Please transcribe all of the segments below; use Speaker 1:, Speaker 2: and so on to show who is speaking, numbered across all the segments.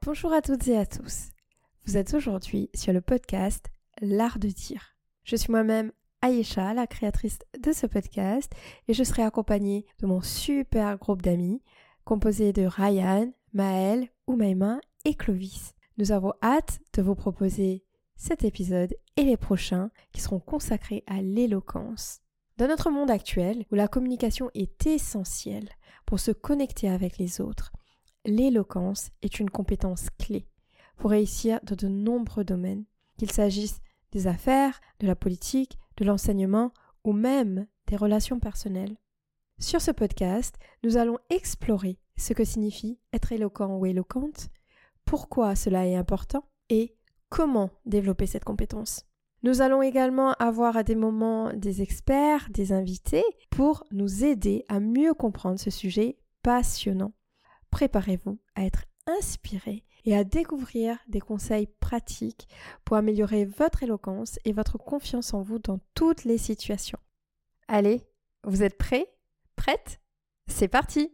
Speaker 1: Bonjour à toutes et à tous. Vous êtes aujourd'hui sur le podcast L'Art de dire. Je suis moi-même Aïcha, la créatrice de ce podcast, et je serai accompagnée de mon super groupe d'amis, composé de Ryan, Maël, Oumaima et Clovis. Nous avons hâte de vous proposer cet épisode et les prochains qui seront consacrés à l'éloquence. Dans notre monde actuel, où la communication est essentielle pour se connecter avec les autres, l'éloquence est une compétence clé pour réussir dans de nombreux domaines, qu'il s'agisse des affaires, de la politique, de l'enseignement ou même des relations personnelles. Sur ce podcast, nous allons explorer ce que signifie être éloquent ou éloquente, pourquoi cela est important et comment développer cette compétence. Nous allons également avoir à des moments des experts, des invités pour nous aider à mieux comprendre ce sujet passionnant. Préparez-vous à être inspiré et à découvrir des conseils pratiques pour améliorer votre éloquence et votre confiance en vous dans toutes les situations. Allez, vous êtes prêts? Prêtes? C'est parti!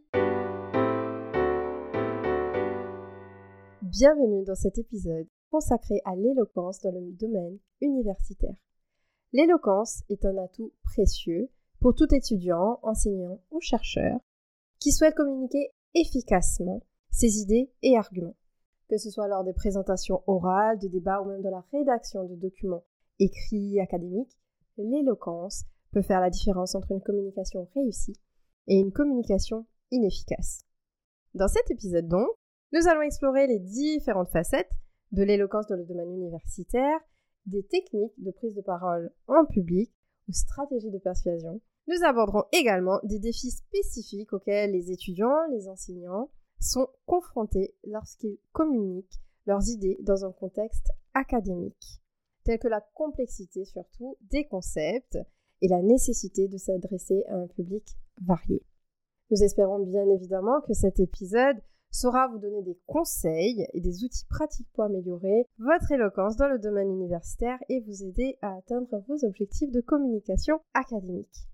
Speaker 1: Bienvenue dans cet épisode consacré à l'éloquence dans le domaine universitaire. L'éloquence est un atout précieux pour tout étudiant, enseignant ou chercheur qui souhaite communiquer efficacement ses idées et arguments, que ce soit lors des présentations orales, de débats ou même dans la rédaction de documents écrits académiques. L'éloquence peut faire la différence entre une communication réussie et une communication inefficace. Dans cet épisode donc, nous allons explorer les différentes facettes de l'éloquence dans le domaine universitaire, des techniques de prise de parole en public ou stratégies de persuasion. Nous aborderons également des défis spécifiques auxquels les étudiants, les enseignants sont confrontés lorsqu'ils communiquent leurs idées dans un contexte académique, tels que la complexité surtout des concepts et la nécessité de s'adresser à un public varié. Nous espérons bien évidemment que cet épisode saura vous donner des conseils et des outils pratiques pour améliorer votre éloquence dans le domaine universitaire et vous aider à atteindre vos objectifs de communication académique.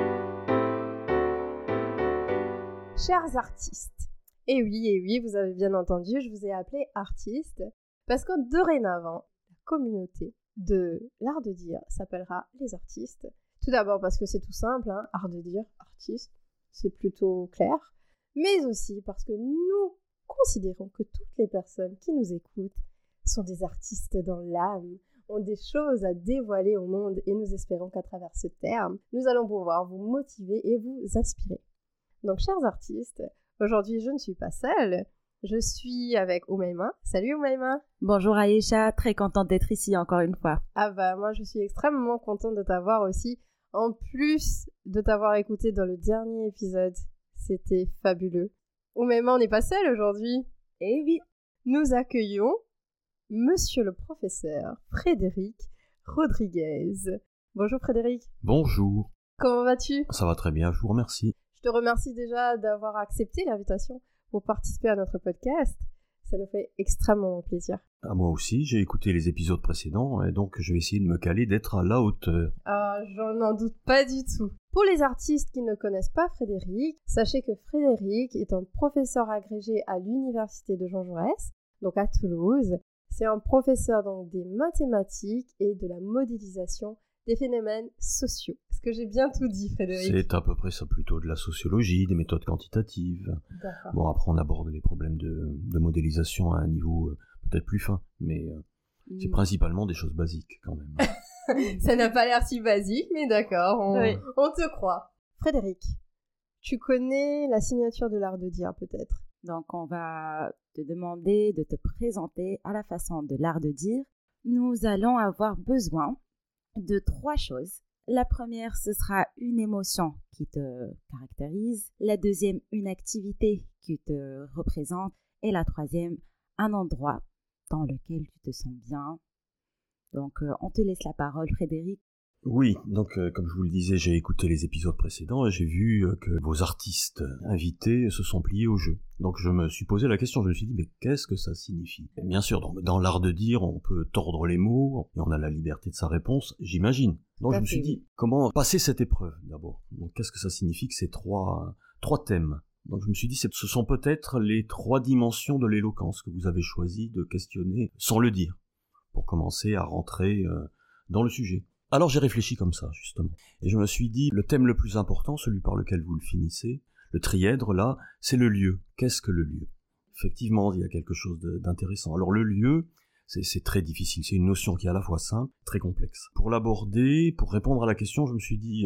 Speaker 1: Chers artistes, et oui, vous avez bien entendu, je vous ai appelé artiste parce que dorénavant, la communauté de l'art de dire s'appellera les artistes. Tout d'abord parce que c'est tout simple, art de dire, artiste, c'est plutôt clair, mais aussi parce que nous considérons que toutes les personnes qui nous écoutent sont des artistes dans l'âme, ont des choses à dévoiler au monde et nous espérons qu'à travers ce terme, nous allons pouvoir vous motiver et vous inspirer. Donc, chers artistes, aujourd'hui, je ne suis pas seule. Je suis avec Oumaima. Salut Oumaima.
Speaker 2: Bonjour Aïcha, très contente d'être ici encore une fois.
Speaker 1: Ah bah, moi, je suis extrêmement contente de t'avoir aussi. En plus de t'avoir écouté dans le dernier épisode, c'était fabuleux. Oumaima, on n'est pas seul aujourd'hui.
Speaker 2: Eh oui.
Speaker 1: Nous accueillons Monsieur le professeur Frédéric Rodriguez. Bonjour Frédéric.
Speaker 3: Bonjour.
Speaker 1: Comment vas-tu?
Speaker 3: Ça va très bien, je vous remercie.
Speaker 1: Je te remercie déjà d'avoir accepté l'invitation pour participer à notre podcast. Ça nous fait extrêmement plaisir.
Speaker 3: À moi aussi, j'ai écouté les épisodes précédents et donc je vais essayer de me caler, d'être à la hauteur.
Speaker 1: Ah, j'en en doute pas du tout. Pour les artistes qui ne connaissent pas Frédéric, sachez que Frédéric est un professeur agrégé à l'université de Jean Jaurès, donc à Toulouse. C'est un professeur donc des mathématiques et de la modélisation des phénomènes sociaux. Est-ce que j'ai bien tout dit, Frédéric?
Speaker 3: C'est à peu près ça, plutôt de la sociologie, des méthodes quantitatives.
Speaker 1: D'accord.
Speaker 3: Bon, après on aborde les problèmes de modélisation à un niveau peut-être plus fin, mais c'est principalement des choses basiques quand même.
Speaker 1: Ça n'a pas l'air si basique, mais d'accord,
Speaker 2: Oui.
Speaker 1: on te croit. Frédéric, tu connais la signature de l'art de dire peut-être?
Speaker 2: Donc on va te demander de te présenter à la façon de l'art de dire. Nous allons avoir besoin de 3 choses. La première, ce sera une émotion qui te caractérise. La deuxième, une activité qui te représente. Et la troisième, un endroit dans lequel tu te sens bien. Donc, on te laisse la parole, Frédéric.
Speaker 3: Oui, donc comme je vous le disais, j'ai écouté les épisodes précédents et j'ai vu que vos artistes invités se sont pliés au jeu. Donc je me suis posé la question, je me suis dit, mais qu'est-ce que ça signifie? Et bien sûr, dans l'art de dire, on peut tordre les mots, et on a la liberté de sa réponse, j'imagine. Donc je me suis dit, comment passer cette épreuve d'abord? Donc qu'est-ce que ça signifie que ces trois thèmes Donc je me suis dit, ce sont peut-être les 3 dimensions de l'éloquence que vous avez choisi de questionner sans le dire, pour commencer à rentrer dans le sujet. Alors j'ai réfléchi comme ça, justement. Et je me suis dit, le thème le plus important, celui par lequel vous le finissez, le trièdre là, c'est le lieu. Qu'est-ce que le lieu ? Effectivement, il y a quelque chose d'intéressant. Alors le lieu, c'est très difficile, c'est une notion qui est à la fois simple, très complexe. Pour l'aborder, pour répondre à la question, je me suis dit,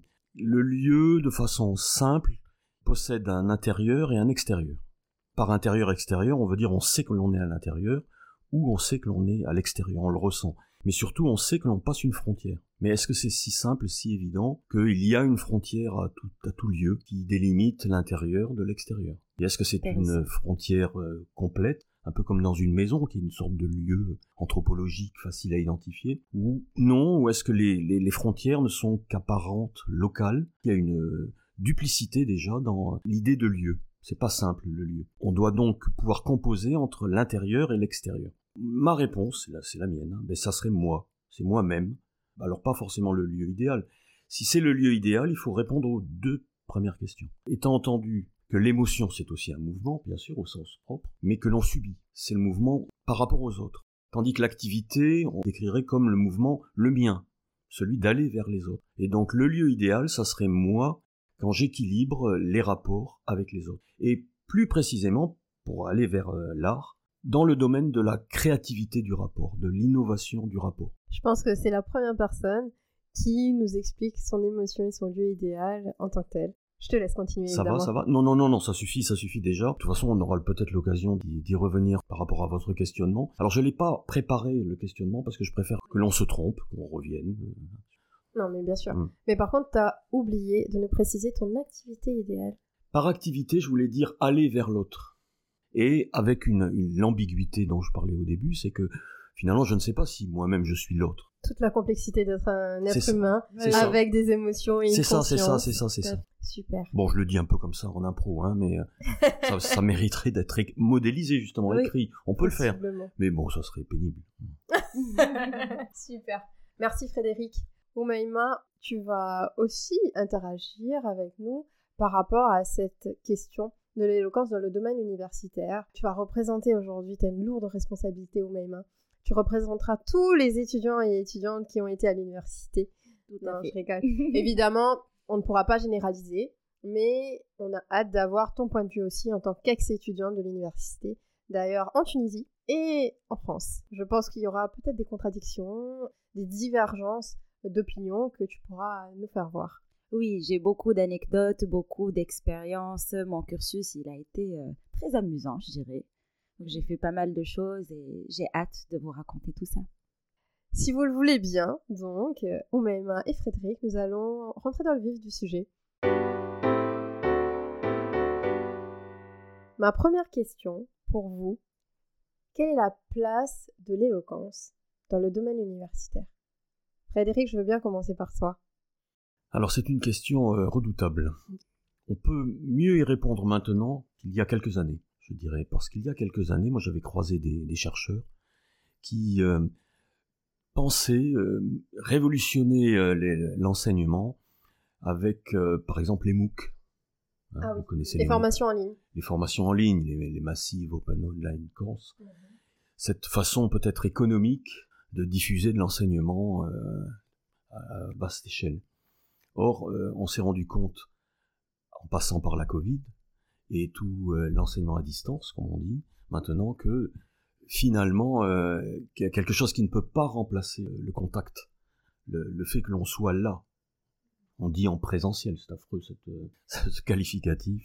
Speaker 3: le lieu, de façon simple, possède un intérieur et un extérieur. Par intérieur-extérieur, on veut dire on sait que l'on est à l'intérieur, ou on sait que l'on est à l'extérieur, on le ressent. Mais surtout, on sait que l'on passe une frontière. Mais est-ce que c'est si simple, si évident, qu'il y a une frontière à tout lieu qui délimite l'intérieur de l'extérieur ? Et est-ce que c'est une frontière complète, un peu comme dans une maison, qui est une sorte de lieu anthropologique facile à identifier, ou non, ou est-ce que les frontières ne sont qu'apparentes, locales ? Il y a une duplicité déjà dans l'idée de lieu. C'est pas simple, le lieu. On doit donc pouvoir composer entre l'intérieur et l'extérieur. Ma réponse, c'est la mienne, mais ça serait moi, c'est moi-même. Alors pas forcément le lieu idéal. Si c'est le lieu idéal, il faut répondre aux 2 premières questions. Étant entendu que l'émotion, c'est aussi un mouvement, bien sûr, au sens propre, mais que l'on subit. C'est le mouvement par rapport aux autres. Tandis que l'activité, on décrirait comme le mouvement le mien, celui d'aller vers les autres. Et donc le lieu idéal, ça serait moi, quand j'équilibre les rapports avec les autres. Et plus précisément, pour aller vers l'art, dans le domaine de la créativité du rapport, de l'innovation du rapport.
Speaker 1: Je pense que c'est la première personne qui nous explique son émotion et son lieu idéal en tant que tel. Je te laisse continuer, évidemment.
Speaker 3: Ça va. Non, ça suffit déjà. De toute façon, on aura peut-être l'occasion d'y revenir par rapport à votre questionnement. Alors, je n'ai pas préparé le questionnement parce que je préfère que l'on se trompe, qu'on revienne.
Speaker 1: Non, mais bien sûr. Mais par contre, tu as oublié de nous préciser ton activité idéale.
Speaker 3: Par activité, je voulais dire aller vers l'autre. Et avec l'ambiguïté dont je parlais au début, c'est que finalement, je ne sais pas si moi-même je suis l'autre.
Speaker 1: Toute la complexité d'être un être humain avec des émotions et une conscience.
Speaker 3: C'est ça.
Speaker 1: Super.
Speaker 3: Bon, je le dis un peu comme ça en impro, mais ça mériterait d'être modélisé, justement, écrit. On peut le faire. Mais bon, ça serait pénible.
Speaker 1: Super. Merci Frédéric. Oumaima, tu vas aussi interagir avec nous par rapport à cette question de l'éloquence dans le domaine universitaire. Tu vas représenter aujourd'hui, tu as une lourde responsabilité, Oumaima. Tu représenteras tous les étudiants et étudiantes qui ont été à l'université. Non, je rigole. Évidemment, on ne pourra pas généraliser, mais on a hâte d'avoir ton point de vue aussi en tant qu'ex-étudiante de l'université, d'ailleurs en Tunisie et en France. Je pense qu'il y aura peut-être des contradictions, des divergences d'opinions que tu pourras nous faire voir.
Speaker 2: Oui, j'ai beaucoup d'anecdotes, beaucoup d'expériences. Mon cursus, il a été très amusant, je dirais. Donc, j'ai fait pas mal de choses et j'ai hâte de vous raconter tout ça.
Speaker 1: Si vous le voulez bien, donc, Oumaima et Frédéric, nous allons rentrer dans le vif du sujet. Ma première question pour vous, quelle est la place de l'éloquence dans le domaine universitaire ? Frédéric, je veux bien commencer par toi.
Speaker 3: Alors c'est une question redoutable. On peut mieux y répondre maintenant qu'il y a quelques années, je dirais, parce qu'il y a quelques années, moi j'avais croisé des chercheurs qui pensaient révolutionner l'enseignement avec, par exemple, les MOOC.
Speaker 1: Vous connaissez les formations en ligne.
Speaker 3: Les formations en ligne, les Massive Open Online Course. Cette façon peut-être économique de diffuser de l'enseignement à basse échelle. Or, on s'est rendu compte, en passant par la Covid, et tout l'enseignement à distance, comme on dit, maintenant que finalement, qu'il y a quelque chose qui ne peut pas remplacer le contact, le fait que l'on soit là. On dit en présentiel, c'est affreux, ce qualificatif.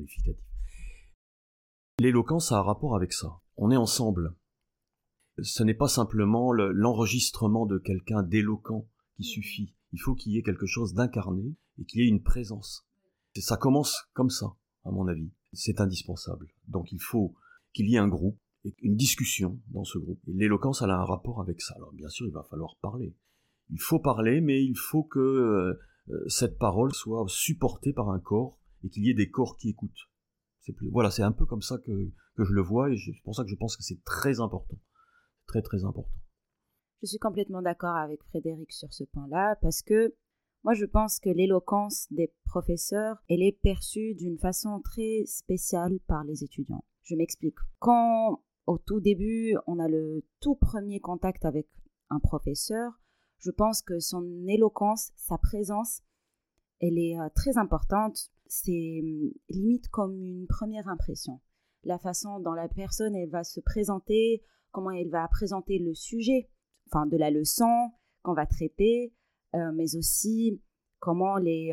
Speaker 3: L'éloquence a un rapport avec ça. On est ensemble. Ce n'est pas simplement l'enregistrement de quelqu'un d'éloquent qui suffit. Il faut qu'il y ait quelque chose d'incarné et qu'il y ait une présence. Ça commence comme ça, à mon avis. C'est indispensable. Donc il faut qu'il y ait un groupe, et une discussion dans ce groupe. Et l'éloquence, elle a un rapport avec ça. Alors bien sûr, il va falloir parler. Il faut parler, mais il faut que cette parole soit supportée par un corps et qu'il y ait des corps qui écoutent. Voilà, c'est un peu comme ça que je le vois et c'est pour ça que je pense que c'est très important. Très, très important.
Speaker 2: Je suis complètement d'accord avec Frédéric sur ce point-là parce que Moi, je pense que l'éloquence des professeurs, elle est perçue d'une façon très spéciale par les étudiants. Je m'explique. Quand, au tout début, on a le tout premier contact avec un professeur, je pense que son éloquence, sa présence, elle est très importante. C'est limite comme une première impression. La façon dont la personne, elle va se présenter, comment elle va présenter le sujet, enfin de la leçon qu'on va traiter, mais aussi comment les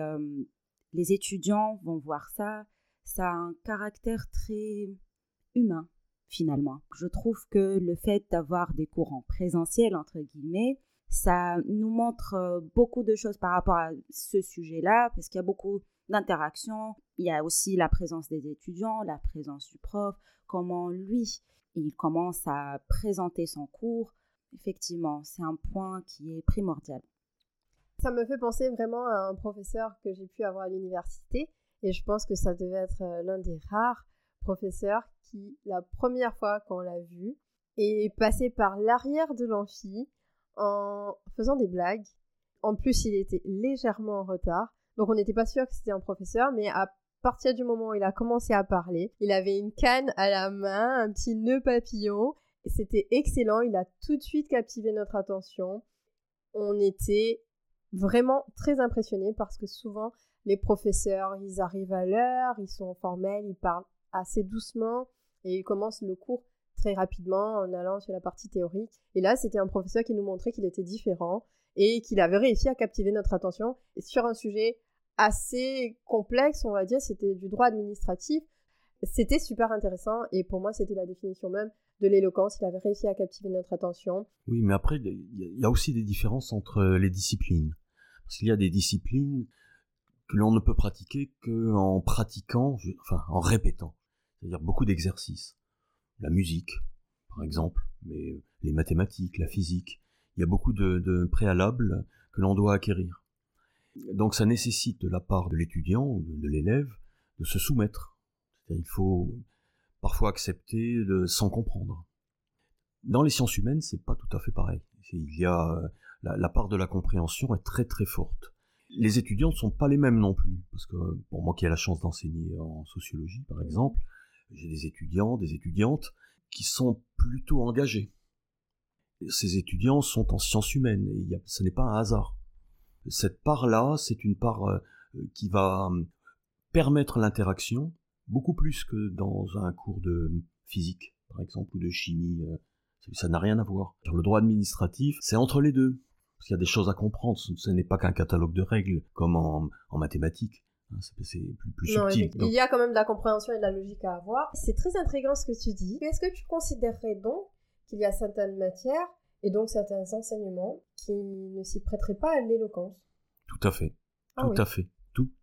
Speaker 2: étudiants vont voir ça. Ça a un caractère très humain, finalement. Je trouve que le fait d'avoir des cours en présentiel, entre guillemets, ça nous montre beaucoup de choses par rapport à ce sujet-là, parce qu'il y a beaucoup d'interactions. Il y a aussi la présence des étudiants, la présence du prof, comment lui, il commence à présenter son cours. Effectivement, c'est un point qui est primordial.
Speaker 1: Ça me fait penser vraiment à un professeur que j'ai pu avoir à l'université, et je pense que ça devait être l'un des rares professeurs qui, la première fois qu'on l'a vu, est passé par l'arrière de l'amphi en faisant des blagues. En plus, il était légèrement en retard, donc on n'était pas sûr que c'était un professeur, mais à partir du moment où il a commencé à parler, il avait une canne à la main, un petit nœud papillon. C'était excellent, il a tout de suite captivé notre attention. On était vraiment très impressionnés parce que souvent, les professeurs, ils arrivent à l'heure, ils sont formels, ils parlent assez doucement et ils commencent le cours très rapidement en allant sur la partie théorique. Et là, c'était un professeur qui nous montrait qu'il était différent et qu'il avait réussi à captiver notre attention sur un sujet assez complexe, on va dire, c'était du droit administratif. C'était super intéressant et pour moi, c'était la définition même de l'éloquence. Il avait réussi à captiver notre attention.
Speaker 3: Oui, mais après, il y a aussi des différences entre les disciplines. Parce qu'il y a des disciplines que l'on ne peut pratiquer qu'en pratiquant, enfin, en répétant. C'est-à-dire beaucoup d'exercices. La musique, par exemple, mais les mathématiques, la physique. Il y a beaucoup de préalables que l'on doit acquérir. Donc ça nécessite de la part de l'étudiant ou de l'élève de se soumettre. C'est-à-dire il faut parfois accepter sans comprendre. Dans les sciences humaines, c'est pas tout à fait pareil. Il y a la part de la compréhension est très très forte. Les étudiants ne sont pas les mêmes non plus, parce que bon, moi qui ai la chance d'enseigner en sociologie par exemple, j'ai des étudiants, des étudiantes qui sont plutôt engagés. Ces étudiants sont en sciences humaines, et ce n'est pas un hasard. Cette part-là, c'est une part qui va permettre l'interaction beaucoup plus que dans un cours de physique, par exemple, ou de chimie. Ça n'a rien à voir. Le droit administratif, c'est entre les deux. Parce qu'il y a des choses à comprendre. Ce n'est pas qu'un catalogue de règles, comme en mathématiques. C'est plus
Speaker 1: non,
Speaker 3: subtil.
Speaker 1: Il y a quand même de la compréhension et de la logique à avoir. C'est très intriguant ce que tu dis. Est-ce que tu considérerais donc qu'il y a certaines matières et donc certains enseignements qui ne s'y prêteraient pas à l'éloquence?
Speaker 3: Tout à fait. Tout à fait.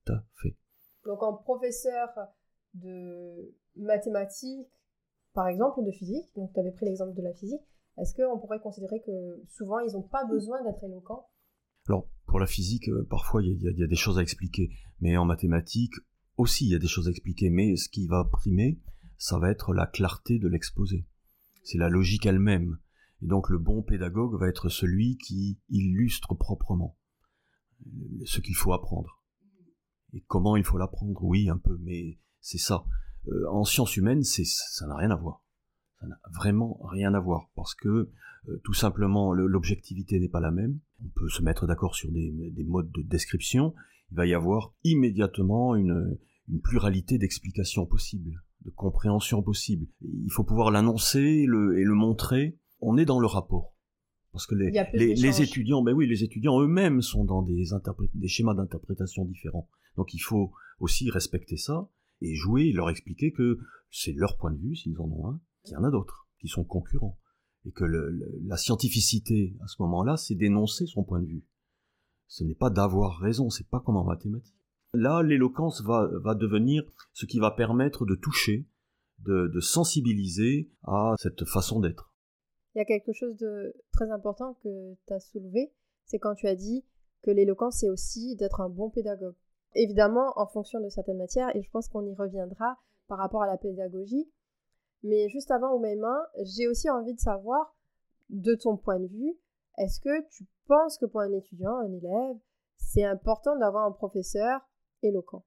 Speaker 1: Donc en professeur de mathématiques, par exemple, ou de physique, donc tu avais pris l'exemple de la physique, est-ce qu'on pourrait considérer que souvent ils n'ont pas besoin d'être éloquents?
Speaker 3: Alors, pour la physique, parfois il y a des choses à expliquer, mais en mathématiques aussi il y a des choses à expliquer, mais ce qui va primer, ça va être la clarté de l'exposé. C'est la logique elle-même. Et donc le bon pédagogue va être celui qui illustre proprement ce qu'il faut apprendre. Et comment il faut l'apprendre, oui, un peu, mais c'est ça. En sciences humaines, ça n'a rien à voir. Ça n'a vraiment rien à voir, parce que tout simplement, l'objectivité n'est pas la même. On peut se mettre d'accord sur des modes de description. Il va y avoir immédiatement une pluralité d'explications possibles, de compréhensions possibles. Il faut pouvoir l'annoncer et le montrer. On est dans le rapport. Parce que les étudiants, ben oui, les étudiants eux-mêmes sont dans des schémas d'interprétation différents. Donc il faut aussi respecter ça et jouer, leur expliquer que c'est leur point de vue, s'ils en ont un, qu'il y en a d'autres, qui sont concurrents. Et que la scientificité, à ce moment-là, c'est d'énoncer son point de vue. Ce n'est pas d'avoir raison, c'est pas comme en mathématiques. Là, l'éloquence va devenir ce qui va permettre de toucher, de sensibiliser à cette façon d'être.
Speaker 1: Il y a quelque chose de très important que tu as soulevé, c'est quand tu as dit que l'éloquence, c'est aussi d'être un bon pédagogue. Évidemment, en fonction de certaines matières, et je pense qu'on y reviendra par rapport à la pédagogie, mais juste avant, Oumaima, j'ai aussi envie de savoir, de ton point de vue, est-ce que tu penses que pour un étudiant, un élève, c'est important d'avoir un professeur éloquent.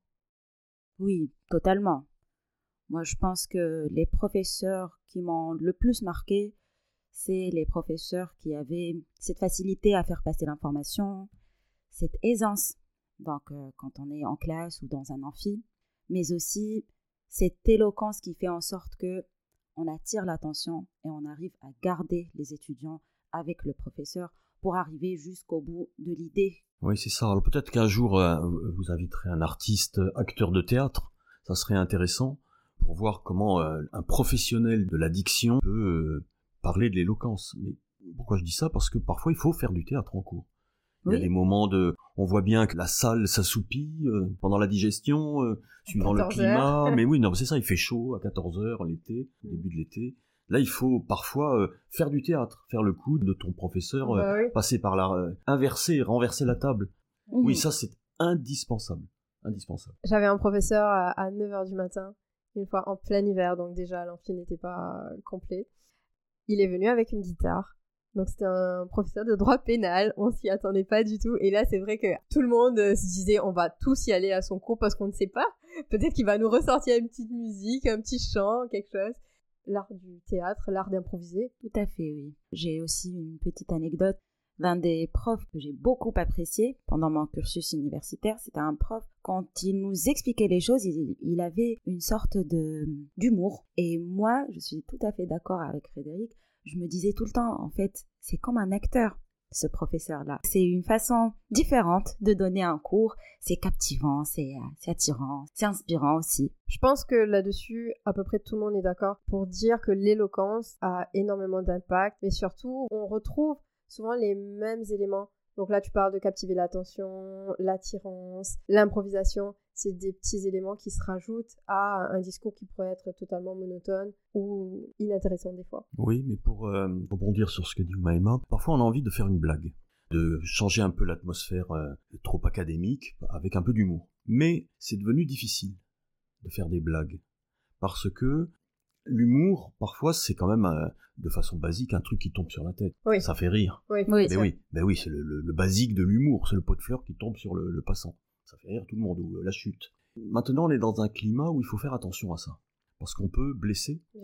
Speaker 2: Oui, totalement. Moi, je pense que les professeurs qui m'ont le plus marqué, c'est les professeurs qui avaient cette facilité à faire passer l'information, cette aisance, donc quand on est en classe ou dans un amphi, mais aussi cette éloquence qui fait en sorte que on attire l'attention et on arrive à garder les étudiants avec le professeur pour arriver jusqu'au bout de l'idée.
Speaker 3: Oui, c'est ça. Alors peut-être qu'un jour, vous inviterez un artiste, acteur de théâtre. Ça serait intéressant pour voir comment un professionnel de la diction peut parler de l'éloquence. Mais pourquoi je dis ça? Parce que parfois, il faut faire du théâtre en cours. Il y a des moments on voit bien que la salle s'assoupit pendant la digestion, suivant le climat. Mais oui, non, c'est ça, il fait chaud à 14h l'été, au début de l'été. Là, il faut parfois faire du théâtre, faire le coup de ton professeur, passer par là, renverser la table. Oui, ça, c'est indispensable. Indispensable.
Speaker 1: J'avais un professeur à 9h du matin, une fois en plein hiver, donc déjà l'amphi n'était pas complet. Il est venu avec une guitare. Donc c'était un professeur de droit pénal, on s'y attendait pas du tout. Et là, c'est vrai que tout le monde se disait on va tous y aller à son cours parce qu'on ne sait pas. Peut-être qu'il va nous ressortir une petite musique, un petit chant, quelque chose. L'art du théâtre, l'art d'improviser.
Speaker 2: Tout à fait, oui. J'ai aussi une petite anecdote d'un des profs que j'ai beaucoup apprécié pendant mon cursus universitaire. C'était un prof, quand il nous expliquait les choses, il avait une sorte d'humour. Et moi, je suis tout à fait d'accord avec Frédéric. Je me disais tout le temps, en fait, c'est comme un acteur, ce professeur-là. C'est une façon différente de donner un cours. C'est captivant, c'est attirant, c'est inspirant aussi.
Speaker 1: Je pense que là-dessus, à peu près tout le monde est d'accord pour dire que l'éloquence a énormément d'impact, mais surtout, on retrouve souvent les mêmes éléments. Donc là, tu parles de captiver l'attention, l'attirance, l'improvisation. C'est des petits éléments qui se rajoutent à un discours qui pourrait être totalement monotone ou inintéressant des fois.
Speaker 3: Oui, mais pour rebondir sur ce que dit Umaima, parfois on a envie de faire une blague, de changer un peu l'atmosphère trop académique avec un peu d'humour. Mais c'est devenu difficile de faire des blagues parce que l'humour, parfois, c'est quand même, de façon basique, un truc qui tombe sur la tête.
Speaker 1: Oui.
Speaker 3: Ça fait rire.
Speaker 1: Oui,
Speaker 3: mais oui, c'est le basique de l'humour, c'est le pot de fleurs qui tombe sur le passant. Ça fait rire tout le monde, ou la chute. Maintenant, on est dans un climat où il faut faire attention à ça. Parce qu'on peut blesser.
Speaker 1: Bien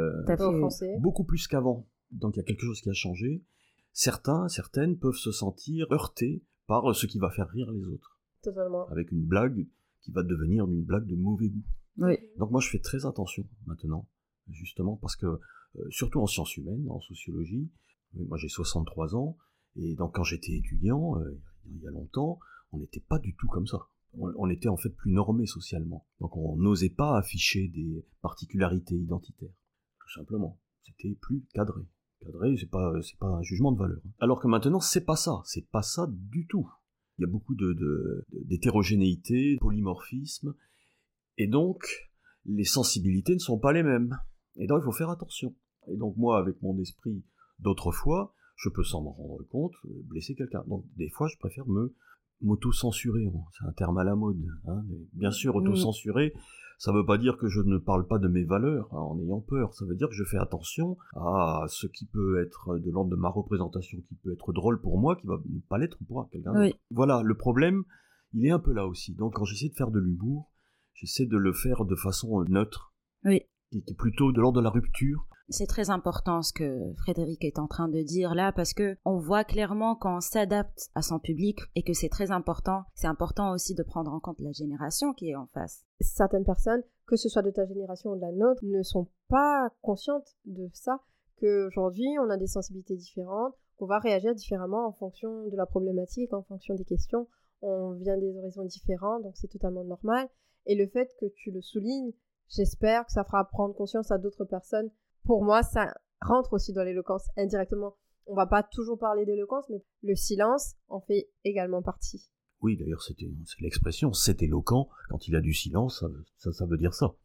Speaker 1: sûr.
Speaker 3: Beaucoup plus qu'avant. Donc il y a quelque chose qui a changé. Certaines peuvent se sentir heurtées par ce qui va faire rire les autres.
Speaker 1: Totalement.
Speaker 3: Avec une blague qui va devenir une blague de mauvais goût.
Speaker 2: Oui.
Speaker 3: Donc moi, je fais très attention maintenant, justement, parce que, surtout en sciences humaines, en sociologie, moi j'ai 63 ans, et donc quand j'étais étudiant, il y a longtemps, on n'était pas du tout comme ça. On était en fait plus normé socialement. Donc on n'osait pas afficher des particularités identitaires, tout simplement. C'était plus cadré. Cadré, c'est pas un jugement de valeur. Alors que maintenant, c'est pas ça du tout. Il y a beaucoup d'hétérogénéité, de polymorphisme, et donc les sensibilités ne sont pas les mêmes. Et donc il faut faire attention. Et donc moi, avec mon esprit d'autrefois, je peux sans m'en rendre compte blesser quelqu'un. Donc des fois, je préfère m'auto-censurer. C'est un terme à la mode. Hein. Bien sûr, auto-censurer, ça ne veut pas dire que je ne parle pas de mes valeurs en ayant peur. Ça veut dire que je fais attention à ce qui peut être de l'ordre de ma représentation, qui peut être drôle pour moi, qui va ne pas l'être pour quelqu'un d'autre. Voilà, le problème, il est un peu là aussi. Donc quand j'essaie de faire de l'humour, j'essaie de le faire de façon neutre.
Speaker 2: Oui.
Speaker 3: Qui est plutôt de l'ordre de la rupture.
Speaker 2: C'est très important ce que Frédéric est en train de dire là, parce que on voit clairement qu'on s'adapte à son public et que c'est très important. C'est important aussi de prendre en compte la génération qui est en face.
Speaker 1: Certaines personnes, que ce soit de ta génération ou de la nôtre, ne sont pas conscientes de ça, qu'aujourd'hui on a des sensibilités différentes, qu'on va réagir différemment en fonction de la problématique, en fonction des questions. On vient des horizons différents, donc c'est totalement normal. Et le fait que tu le soulignes, j'espère que ça fera prendre conscience à d'autres personnes. Pour moi, ça rentre aussi dans l'éloquence indirectement. On va pas toujours parler d'éloquence, mais le silence en fait également partie.
Speaker 3: Oui, d'ailleurs, c'est l'expression « c'est éloquent ». Quand il y a du silence, ça veut dire ça.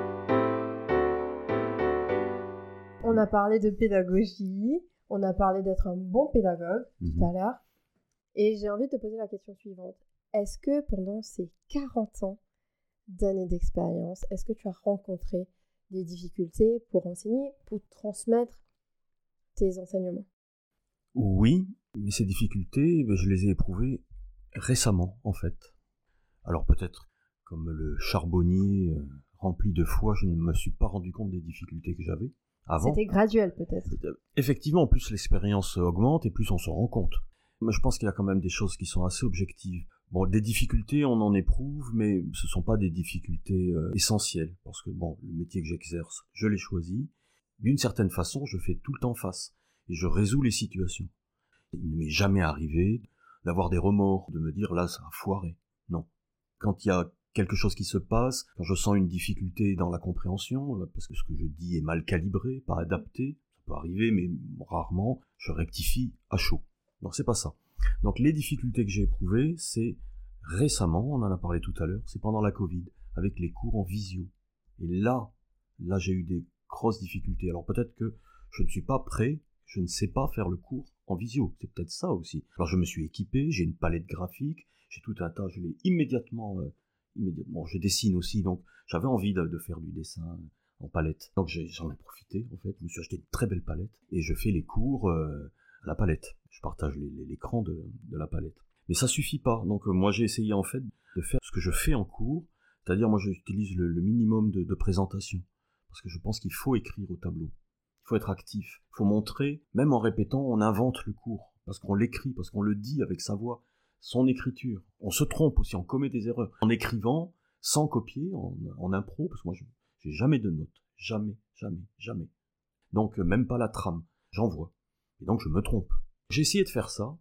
Speaker 1: On a parlé de pédagogie, on a parlé d'être un bon pédagogue tout à l'heure. Et j'ai envie de te poser la question suivante. Est-ce que pendant ces 40 ans d'années d'expérience, est-ce que tu as rencontré des difficultés pour enseigner, pour transmettre tes enseignements?
Speaker 3: Oui, mais ces difficultés, je les ai éprouvées Récemment, en fait. Alors peut-être comme le charbonnier rempli de foi, je ne me suis pas rendu compte des difficultés que j'avais avant.
Speaker 1: C'était graduel peut-être.
Speaker 3: Effectivement, plus l'expérience augmente et plus on s'en rend compte. Mais je pense qu'il y a quand même des choses qui sont assez objectives. Bon, des difficultés, on en éprouve, mais ce ne sont pas des difficultés essentielles. Parce que, bon, le métier que j'exerce, je l'ai choisi. D'une certaine façon, je fais tout le temps face. Et je résous les situations. Il ne m'est jamais arrivé d'avoir des remords, de me dire, là, ça a foiré. Non. Quand il y a quelque chose qui se passe, quand je sens une difficulté dans la compréhension, parce que ce que je dis est mal calibré, pas adapté, ça peut arriver, mais rarement, je rectifie à chaud. Donc c'est pas ça. Donc les difficultés que j'ai éprouvées, c'est récemment, on en a parlé tout à l'heure, c'est pendant la Covid, avec les cours en visio. Et là j'ai eu des grosses difficultés. Alors peut-être que je ne suis pas prêt, je ne sais pas faire le cours en visio, c'est peut-être ça aussi. Alors je me suis équipé, j'ai une palette graphique, j'ai tout un tas, je l'ai immédiatement, je dessine aussi, donc j'avais envie de faire du dessin en palette. Donc j'en ai profité, en fait, je me suis acheté une très belle palette, et je fais les cours à la palette. Je partage l'écran de la palette. Mais ça suffit pas, donc moi j'ai essayé en fait de faire ce que je fais en cours, c'est-à-dire moi j'utilise le minimum de présentation, parce que je pense qu'il faut écrire au tableau. Il faut être actif, il faut montrer, même en répétant, on invente le cours, parce qu'on l'écrit, parce qu'on le dit avec sa voix, son écriture. On se trompe aussi, on commet des erreurs. En écrivant, sans copier, en impro, parce que moi j'ai jamais de notes, jamais. Donc même pas la trame, j'envoie. Et donc je me trompe. J'ai essayé de faire ça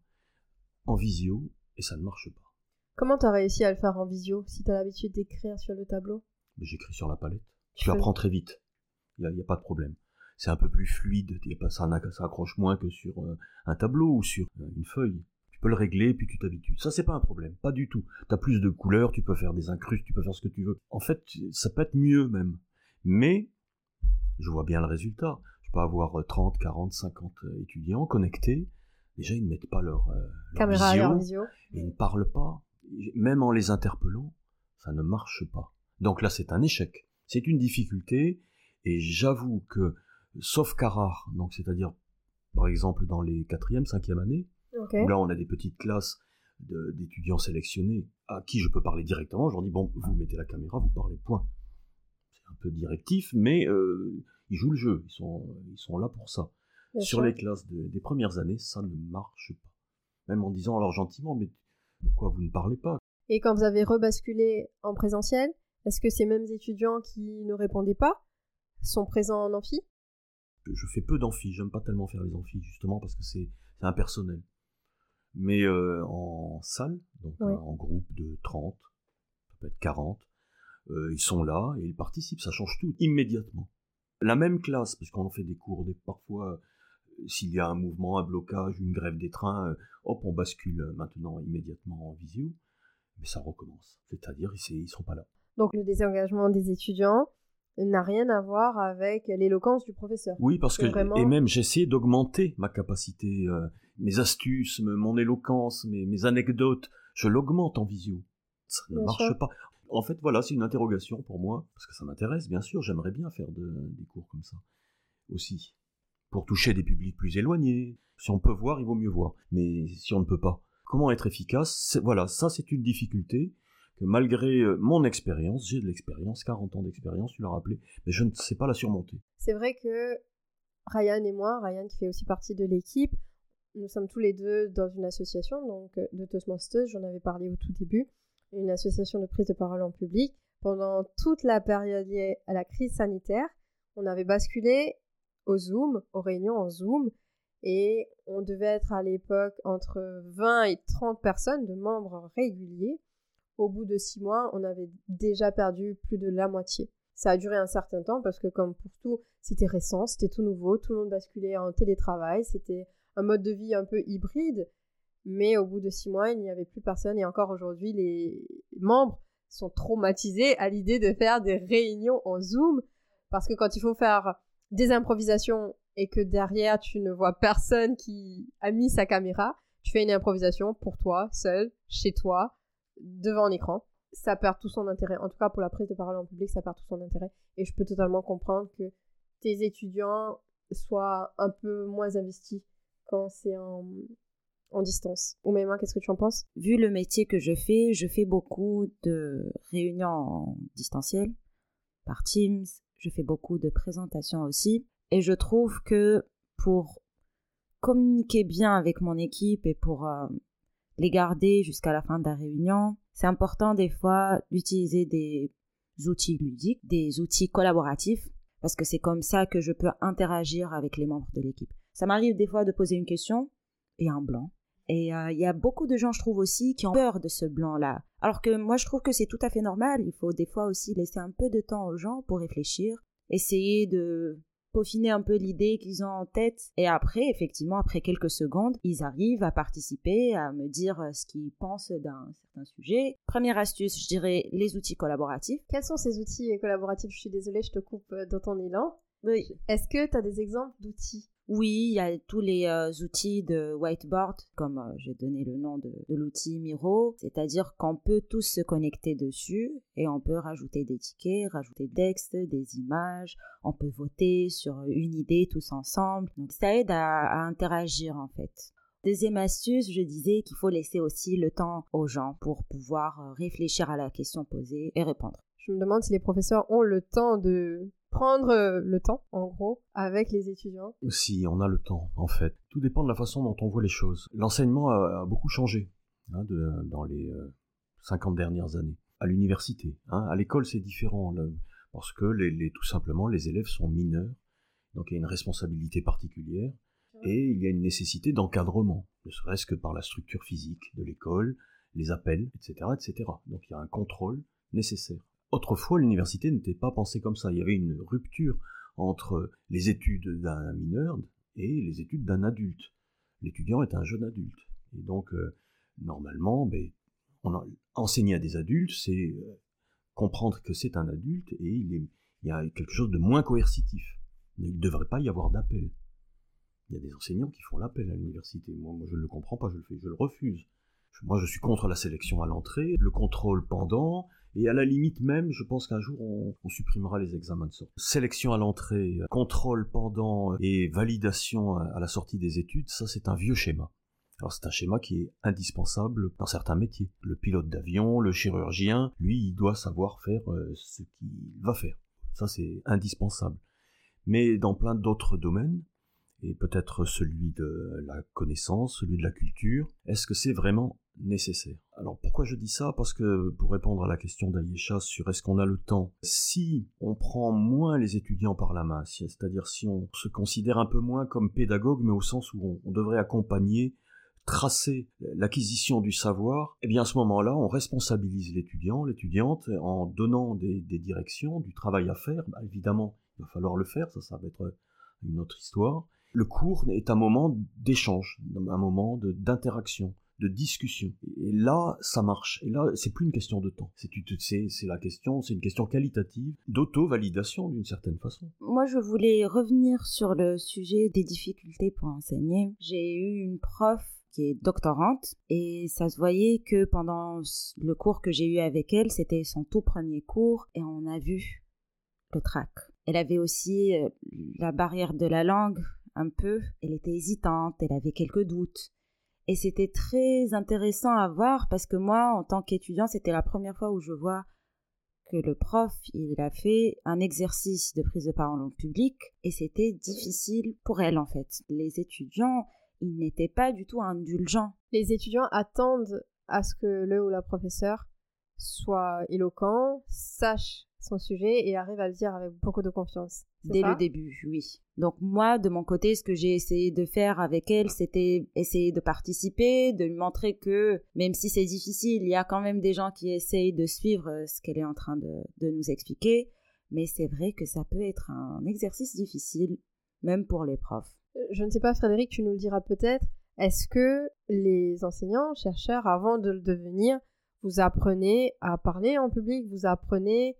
Speaker 3: en visio, et ça ne marche pas.
Speaker 1: Comment t'as réussi à le faire en visio, si t'as l'habitude d'écrire sur le tableau?
Speaker 3: Mais j'écris sur la palette. Tu apprends très vite, il n'y a pas de problème. C'est un peu plus fluide, ça accroche moins que sur un tableau ou sur une feuille. Tu peux le régler, puis tu t'habitues. Ça, c'est pas un problème, pas du tout. Tu as plus de couleurs, tu peux faire des incrustes, tu peux faire ce que tu veux. En fait, ça peut être mieux même. Mais, je vois bien le résultat. Je peux avoir 30, 40, 50 étudiants connectés. Déjà, ils ne mettent pas leur
Speaker 1: caméra visio.
Speaker 3: Et ils ne parlent pas. Même en les interpellant, ça ne marche pas. Donc là, c'est un échec. C'est une difficulté. Et j'avoue que, sauf cas rare, donc c'est-à-dire, par exemple, dans les 4e, 5e années,
Speaker 1: okay,
Speaker 3: où là, on a des petites classes d'étudiants sélectionnés à qui je peux parler directement, je leur dis, bon, vous mettez la caméra, vous parlez, point. C'est un peu directif, mais ils jouent le jeu, ils sont là pour ça. Bien Sur sûr. Les classes des premières années, ça ne marche pas. Même en disant alors gentiment, mais pourquoi vous ne parlez pas?
Speaker 1: Et quand vous avez rebasculé en présentiel, est-ce que ces mêmes étudiants qui ne répondaient pas sont présents en amphi?
Speaker 3: Je fais peu d'amphi, j'aime pas tellement faire les amphis, justement, parce que c'est impersonnel. Mais en salle, donc oui, en groupe de 30, ça peut être 40, ils sont là et ils participent, ça change tout, immédiatement. La même classe, parce qu'on en fait des cours, parfois, s'il y a un mouvement, un blocage, une grève des trains, hop, on bascule maintenant immédiatement en visio, mais ça recommence. C'est-à-dire, ils sont pas là.
Speaker 1: Donc le désengagement des étudiants n'a rien à voir avec l'éloquence du professeur.
Speaker 3: Oui, parce que vraiment... et même j'ai essayé d'augmenter ma capacité, mes astuces, mon éloquence, mes anecdotes, je l'augmente en visio. Ça ne marche pas. En fait, voilà, c'est une interrogation pour moi, parce que ça m'intéresse, bien sûr, j'aimerais bien faire des cours comme ça, aussi, pour toucher des publics plus éloignés. Si on peut voir, il vaut mieux voir, mais si on ne peut pas, comment être efficace? Voilà, ça c'est une difficulté, que malgré mon expérience, j'ai de l'expérience, 40 ans d'expérience, tu l'as rappelé, mais je ne sais pas la surmonter.
Speaker 1: C'est vrai que Ryan et moi, Ryan qui fait aussi partie de l'équipe, nous sommes tous les deux dans une association, donc de Toastmasters, j'en avais parlé au tout début, une association de prise de parole en public. Pendant toute la période liée à la crise sanitaire, on avait basculé au Zoom, aux réunions en Zoom, et on devait être à l'époque entre 20 et 30 personnes de membres réguliers. Au bout de 6 mois, on avait déjà perdu plus de la moitié. Ça a duré un certain temps parce que comme pour tout, c'était récent, c'était tout nouveau, tout le monde basculait en télétravail, c'était un mode de vie un peu hybride, mais au bout de 6 mois, il n'y avait plus personne et encore aujourd'hui, les membres sont traumatisés à l'idée de faire des réunions en Zoom parce que quand il faut faire des improvisations et que derrière, tu ne vois personne qui a mis sa caméra, tu fais une improvisation pour toi, seul, chez toi, devant un écran, ça perd tout son intérêt. En tout cas, pour la prise de parole en public, ça perd tout son intérêt. Et je peux totalement comprendre que tes étudiants soient un peu moins investis quand c'est en en distance. Oumaima, qu'est-ce que tu en penses?
Speaker 2: Vu le métier que je fais beaucoup de réunions en distanciel, par Teams, je fais beaucoup de présentations aussi. Et je trouve que pour communiquer bien avec mon équipe et pour les garder jusqu'à la fin de la réunion, c'est important des fois d'utiliser des outils ludiques, des outils collaboratifs, parce que c'est comme ça que je peux interagir avec les membres de l'équipe. Ça m'arrive des fois de poser une question et un blanc. Et il y a beaucoup de gens, je trouve aussi, qui ont peur de ce blanc-là. Alors que moi, je trouve que c'est tout à fait normal. Il faut des fois aussi laisser un peu de temps aux gens pour réfléchir, essayer de peaufiner un peu l'idée qu'ils ont en tête. Et après, effectivement, après quelques secondes, ils arrivent à participer, à me dire ce qu'ils pensent d'un certain sujet. Première astuce, je dirais les outils collaboratifs.
Speaker 1: Quels sont ces outils collaboratifs? Je suis désolée, je te coupe dans ton élan.
Speaker 2: Oui.
Speaker 1: Est-ce que tu as des exemples d'outils?
Speaker 2: Oui, il y a tous les outils de whiteboard, comme j'ai donné le nom de l'outil Miro, c'est-à-dire qu'on peut tous se connecter dessus et on peut rajouter des tickets, rajouter des textes, des images, on peut voter sur une idée tous ensemble. Donc ça aide à interagir en fait. Deuxième astuce, je disais qu'il faut laisser aussi le temps aux gens pour pouvoir réfléchir à la question posée et répondre.
Speaker 1: Je me demande si les professeurs ont le temps de prendre le temps, en gros, avec les étudiants.
Speaker 3: Si, on a le temps, en fait. Tout dépend de la façon dont on voit les choses. L'enseignement a beaucoup changé dans les 50 dernières années. À l'université, à l'école, c'est différent, parce que tout simplement, les élèves sont mineurs, donc il y a une responsabilité particulière, et il y a une nécessité d'encadrement, ne serait-ce que par la structure physique de l'école, les appels, etc., etc. Donc il y a un contrôle nécessaire. Autrefois, l'université n'était pas pensée comme ça. Il y avait une rupture entre les études d'un mineur et les études d'un adulte. L'étudiant est un jeune adulte. Et donc, normalement, enseigner à des adultes, c'est comprendre que c'est un adulte et il y a quelque chose de moins coercitif. Il ne devrait pas y avoir d'appel. Il y a des enseignants qui font l'appel à l'université. Moi, je ne le comprends pas, je le refuse. Moi, je suis contre la sélection à l'entrée, le contrôle pendant... Et à la limite même, je pense qu'un jour, on supprimera les examens de sortie. Sélection à l'entrée, contrôle pendant et validation à la sortie des études, ça c'est un vieux schéma. Alors c'est un schéma qui est indispensable dans certains métiers. Le pilote d'avion, le chirurgien, lui, il doit savoir faire ce qu'il va faire. Ça c'est indispensable. Mais dans plein d'autres domaines, et peut-être celui de la connaissance, celui de la culture, est-ce que c'est vraiment nécessaire? Alors pourquoi je dis ça? Parce que pour répondre à la question d'Aïcha sur est-ce qu'on a le temps, si on prend moins les étudiants par la main, c'est-à-dire si on se considère un peu moins comme pédagogue, mais au sens où on devrait accompagner, tracer l'acquisition du savoir, eh bien à ce moment-là, on responsabilise l'étudiant, l'étudiante, en donnant des directions, du travail à faire. Évidemment, il va falloir le faire, ça va être une autre histoire. Le cours est un moment d'échange, un moment d'interaction, de discussion. Et là, ça marche. Et là, c'est plus une question de temps. C'est une question qualitative, d'auto-validation d'une certaine façon.
Speaker 2: Moi, je voulais revenir sur le sujet des difficultés pour enseigner. J'ai eu une prof qui est doctorante et ça se voyait que pendant le cours que j'ai eu avec elle, c'était son tout premier cours et on a vu le trac. Elle avait aussi la barrière de la langue, un peu. Elle était hésitante, elle avait quelques doutes. Et c'était très intéressant à voir parce que moi, en tant qu'étudiant, c'était la première fois où je vois que le prof, il a fait un exercice de prise de parole en public et c'était difficile pour elle en fait. Les étudiants, ils n'étaient pas du tout indulgents.
Speaker 1: Les étudiants attendent à ce que le ou la professeure soit éloquent, sache son sujet et arrive à le dire avec beaucoup de confiance.
Speaker 2: Dès le début, oui. Donc moi, de mon côté, ce que j'ai essayé de faire avec elle, c'était essayer de participer, de lui montrer que même si c'est difficile, il y a quand même des gens qui essayent de suivre ce qu'elle est en train de nous expliquer. Mais c'est vrai que ça peut être un exercice difficile, même pour les profs.
Speaker 1: Je ne sais pas, Frédéric, tu nous le diras peut-être. Est-ce que les enseignants, chercheurs, avant de le devenir, vous apprenez à parler en public, vous apprenez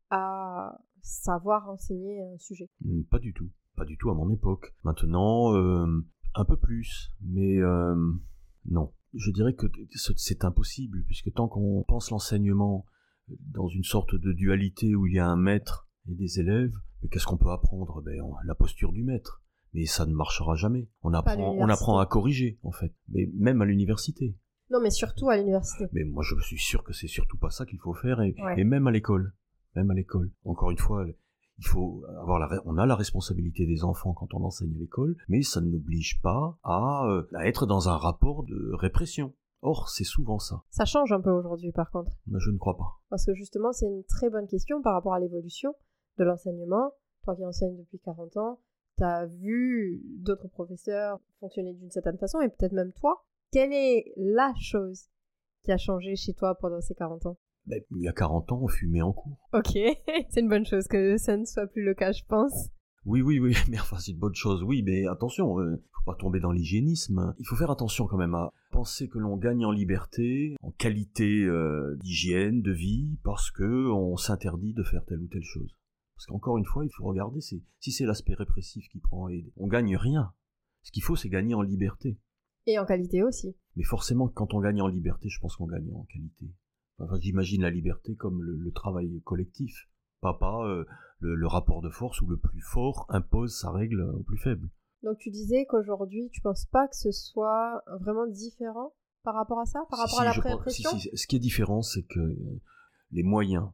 Speaker 1: à savoir enseigner un sujet?
Speaker 3: Pas du tout à mon époque. Maintenant, un peu plus, mais non. Je dirais que c'est impossible, puisque tant qu'on pense l'enseignement dans une sorte de dualité où il y a un maître et des élèves, mais qu'est-ce qu'on peut apprendre? La posture du maître. Mais ça ne marchera jamais. On
Speaker 1: Pas à
Speaker 3: apprend
Speaker 1: l'université.
Speaker 3: à corriger, en fait. Mais même à l'université.
Speaker 1: Non, mais surtout à l'université.
Speaker 3: Mais moi, je suis sûr que c'est surtout pas ça qu'il faut faire, et
Speaker 1: Ouais.
Speaker 3: même à l'école. Même à l'école. Encore une fois, il faut on a la responsabilité des enfants quand on enseigne à l'école, mais ça ne nous oblige pas à être dans un rapport de répression. Or, c'est souvent ça.
Speaker 1: Ça change un peu aujourd'hui, par contre.
Speaker 3: Mais je ne crois pas.
Speaker 1: Parce que justement, c'est une très bonne question par rapport à l'évolution de l'enseignement. Toi qui enseignes depuis 40 ans, tu as vu d'autres professeurs fonctionner d'une certaine façon, et peut-être même toi. Quelle est la chose qui a changé chez toi pendant ces 40 ans?
Speaker 3: Ben, il y a 40 ans, on fumait en cours.
Speaker 1: Ok, c'est une bonne chose que ça ne soit plus le cas, je pense.
Speaker 3: Oui, mais enfin, c'est une bonne chose, oui, mais attention, faut pas tomber dans l'hygiénisme. Il faut faire attention quand même à penser que l'on gagne en liberté, en qualité d'hygiène, de vie, parce que on s'interdit de faire telle ou telle chose. Parce qu'encore une fois, il faut regarder si c'est l'aspect répressif qui prend, et on gagne rien. Ce qu'il faut, c'est gagner en liberté.
Speaker 1: Et en qualité aussi.
Speaker 3: Mais forcément, quand on gagne en liberté, je pense qu'on gagne en qualité. Enfin, j'imagine la liberté comme le travail collectif. Pas le rapport de force où le plus fort impose sa règle au plus faible.
Speaker 1: Donc tu disais qu'aujourd'hui, tu penses pas que ce soit vraiment différent par rapport à ça, par rapport à la répression?
Speaker 3: Ce qui est différent, c'est que les moyens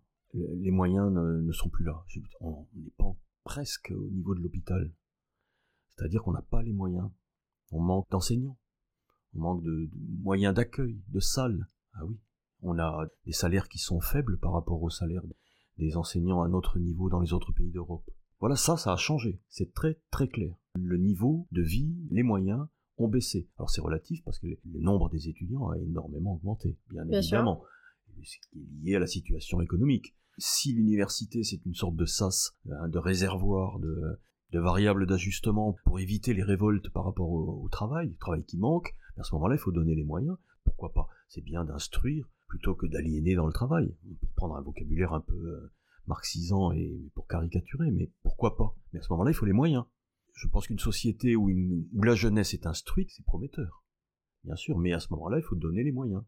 Speaker 3: ne sont plus là. On n'est pas presque au niveau de l'hôpital. C'est-à-dire qu'on n'a pas les moyens. On manque d'enseignants. On manque de moyens d'accueil, de salles. Ah oui. On a des salaires qui sont faibles par rapport aux salaires des enseignants à notre niveau dans les autres pays d'Europe. Voilà, ça a changé. C'est très très clair. Le niveau de vie, les moyens ont baissé. Alors c'est relatif parce que le nombre des étudiants a énormément augmenté, bien évidemment. Ce qui est lié à la situation économique. Si l'université c'est une sorte de sas, de réservoir, de variables d'ajustement pour éviter les révoltes par rapport au travail qui manque, à ce moment-là il faut donner les moyens. Pourquoi pas? C'est bien d'instruire plutôt que d'aliéner dans le travail, pour prendre un vocabulaire un peu marxisant et pour caricaturer, mais pourquoi pas? Mais à ce moment-là, il faut les moyens. Je pense qu'une société où la jeunesse est instruite, c'est prometteur, bien sûr, mais à ce moment-là, il faut donner les moyens.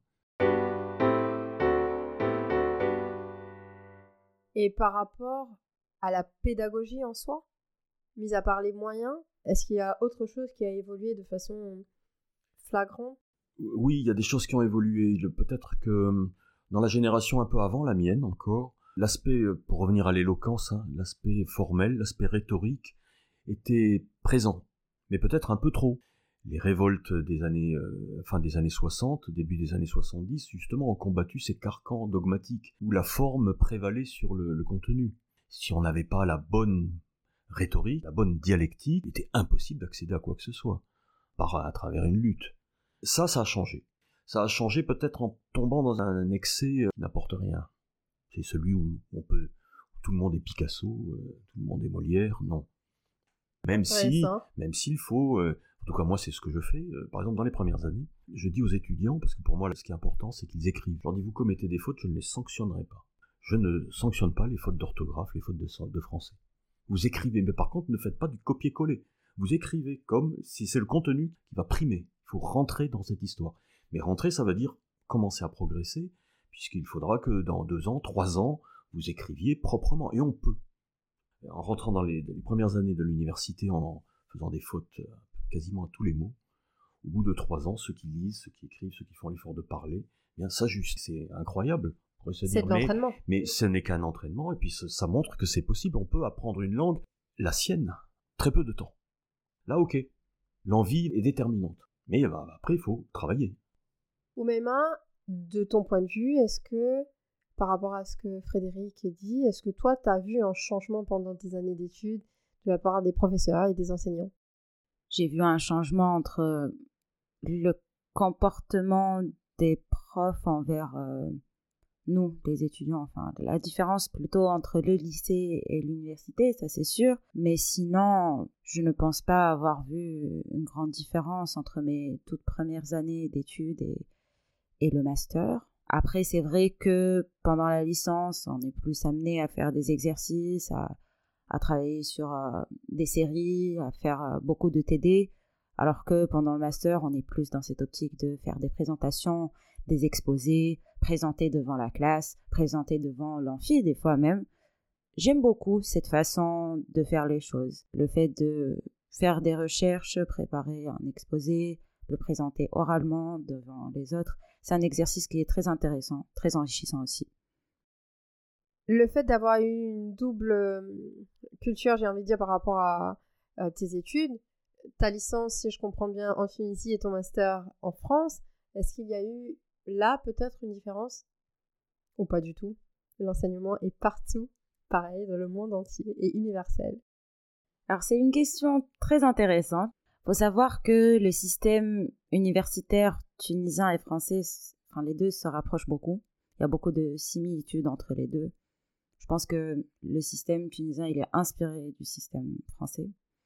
Speaker 1: Et par rapport à la pédagogie en soi, mis à part les moyens, est-ce qu'il y a autre chose qui a évolué de façon flagrante?
Speaker 3: Oui, il y a des choses qui ont évolué. Peut-être que dans la génération un peu avant, la mienne encore, l'aspect, pour revenir à l'éloquence, l'aspect formel, l'aspect rhétorique, était présent, mais peut-être un peu trop. Les révoltes des années, fin des années 60, début des années 70, justement, ont combattu ces carcans dogmatiques, où la forme prévalait sur le contenu. Si on n'avait pas la bonne rhétorique, la bonne dialectique, il était impossible d'accéder à quoi que ce soit, à travers une lutte. Ça a changé. Ça a changé peut-être en tombant dans un excès qui n'apporte rien. C'est celui où tout le monde est Picasso, tout le monde est Molière, non. Même s'il faut, en tout cas moi c'est ce que je fais, par exemple dans les premières années, je dis aux étudiants, parce que pour moi ce qui est important c'est qu'ils écrivent. Je leur dis vous commettez des fautes, je ne les sanctionnerai pas. Je ne sanctionne pas les fautes d'orthographe, les fautes de français. Vous écrivez, mais par contre ne faites pas du copier-coller. Vous écrivez comme si c'est le contenu qui va primer. Il faut rentrer dans cette histoire. Mais rentrer, ça veut dire commencer à progresser, puisqu'il faudra que dans 2 ans, 3 ans, vous écriviez proprement. Et on peut. En rentrant dans les premières années de l'université, en faisant des fautes quasiment à tous les mots, au bout de 3 ans, ceux qui lisent, ceux qui écrivent, ceux qui font l'effort de parler, eh bien ça juste, c'est incroyable.
Speaker 1: C'est de l'entraînement.
Speaker 3: Mais ce n'est qu'un entraînement, et puis ça montre que c'est possible. On peut apprendre une langue, la sienne, très peu de temps. Là, ok. L'envie est déterminante. Mais après, il faut travailler.
Speaker 1: Oumaima, de ton point de vue, est-ce que, par rapport à ce que Frédéric dit, est-ce que toi, tu as vu un changement pendant tes années d'études de la part des professeurs et des enseignants?
Speaker 2: J'ai vu un changement entre le comportement des profs envers nous, les étudiants, enfin, la différence plutôt entre le lycée et l'université, ça c'est sûr, mais sinon, je ne pense pas avoir vu une grande différence entre mes toutes premières années d'études et le master. Après, c'est vrai que pendant la licence, on est plus amené à faire des exercices, à travailler sur des séries, à faire beaucoup de TD, alors que pendant le master, on est plus dans cette optique de faire des présentations, des exposés, présenter devant la classe, présenter devant l'amphi des fois même. J'aime beaucoup cette façon de faire les choses. Le fait de faire des recherches, préparer un exposé, le présenter oralement devant les autres. C'est un exercice qui est très intéressant, très enrichissant aussi.
Speaker 1: Le fait d'avoir eu une double culture, j'ai envie de dire, par rapport à tes études, ta licence, si je comprends bien, en Tunisie et ton master en France, est-ce qu'il y a eu là peut-être une différence ou pas du tout? L'enseignement est partout pareil dans le monde entier et universel.
Speaker 2: Alors c'est une question très intéressante. Il faut savoir que le système universitaire tunisien et français, les deux se rapprochent beaucoup. Il y a beaucoup de similitudes entre les deux. Je pense que le système tunisien, il est inspiré du système français.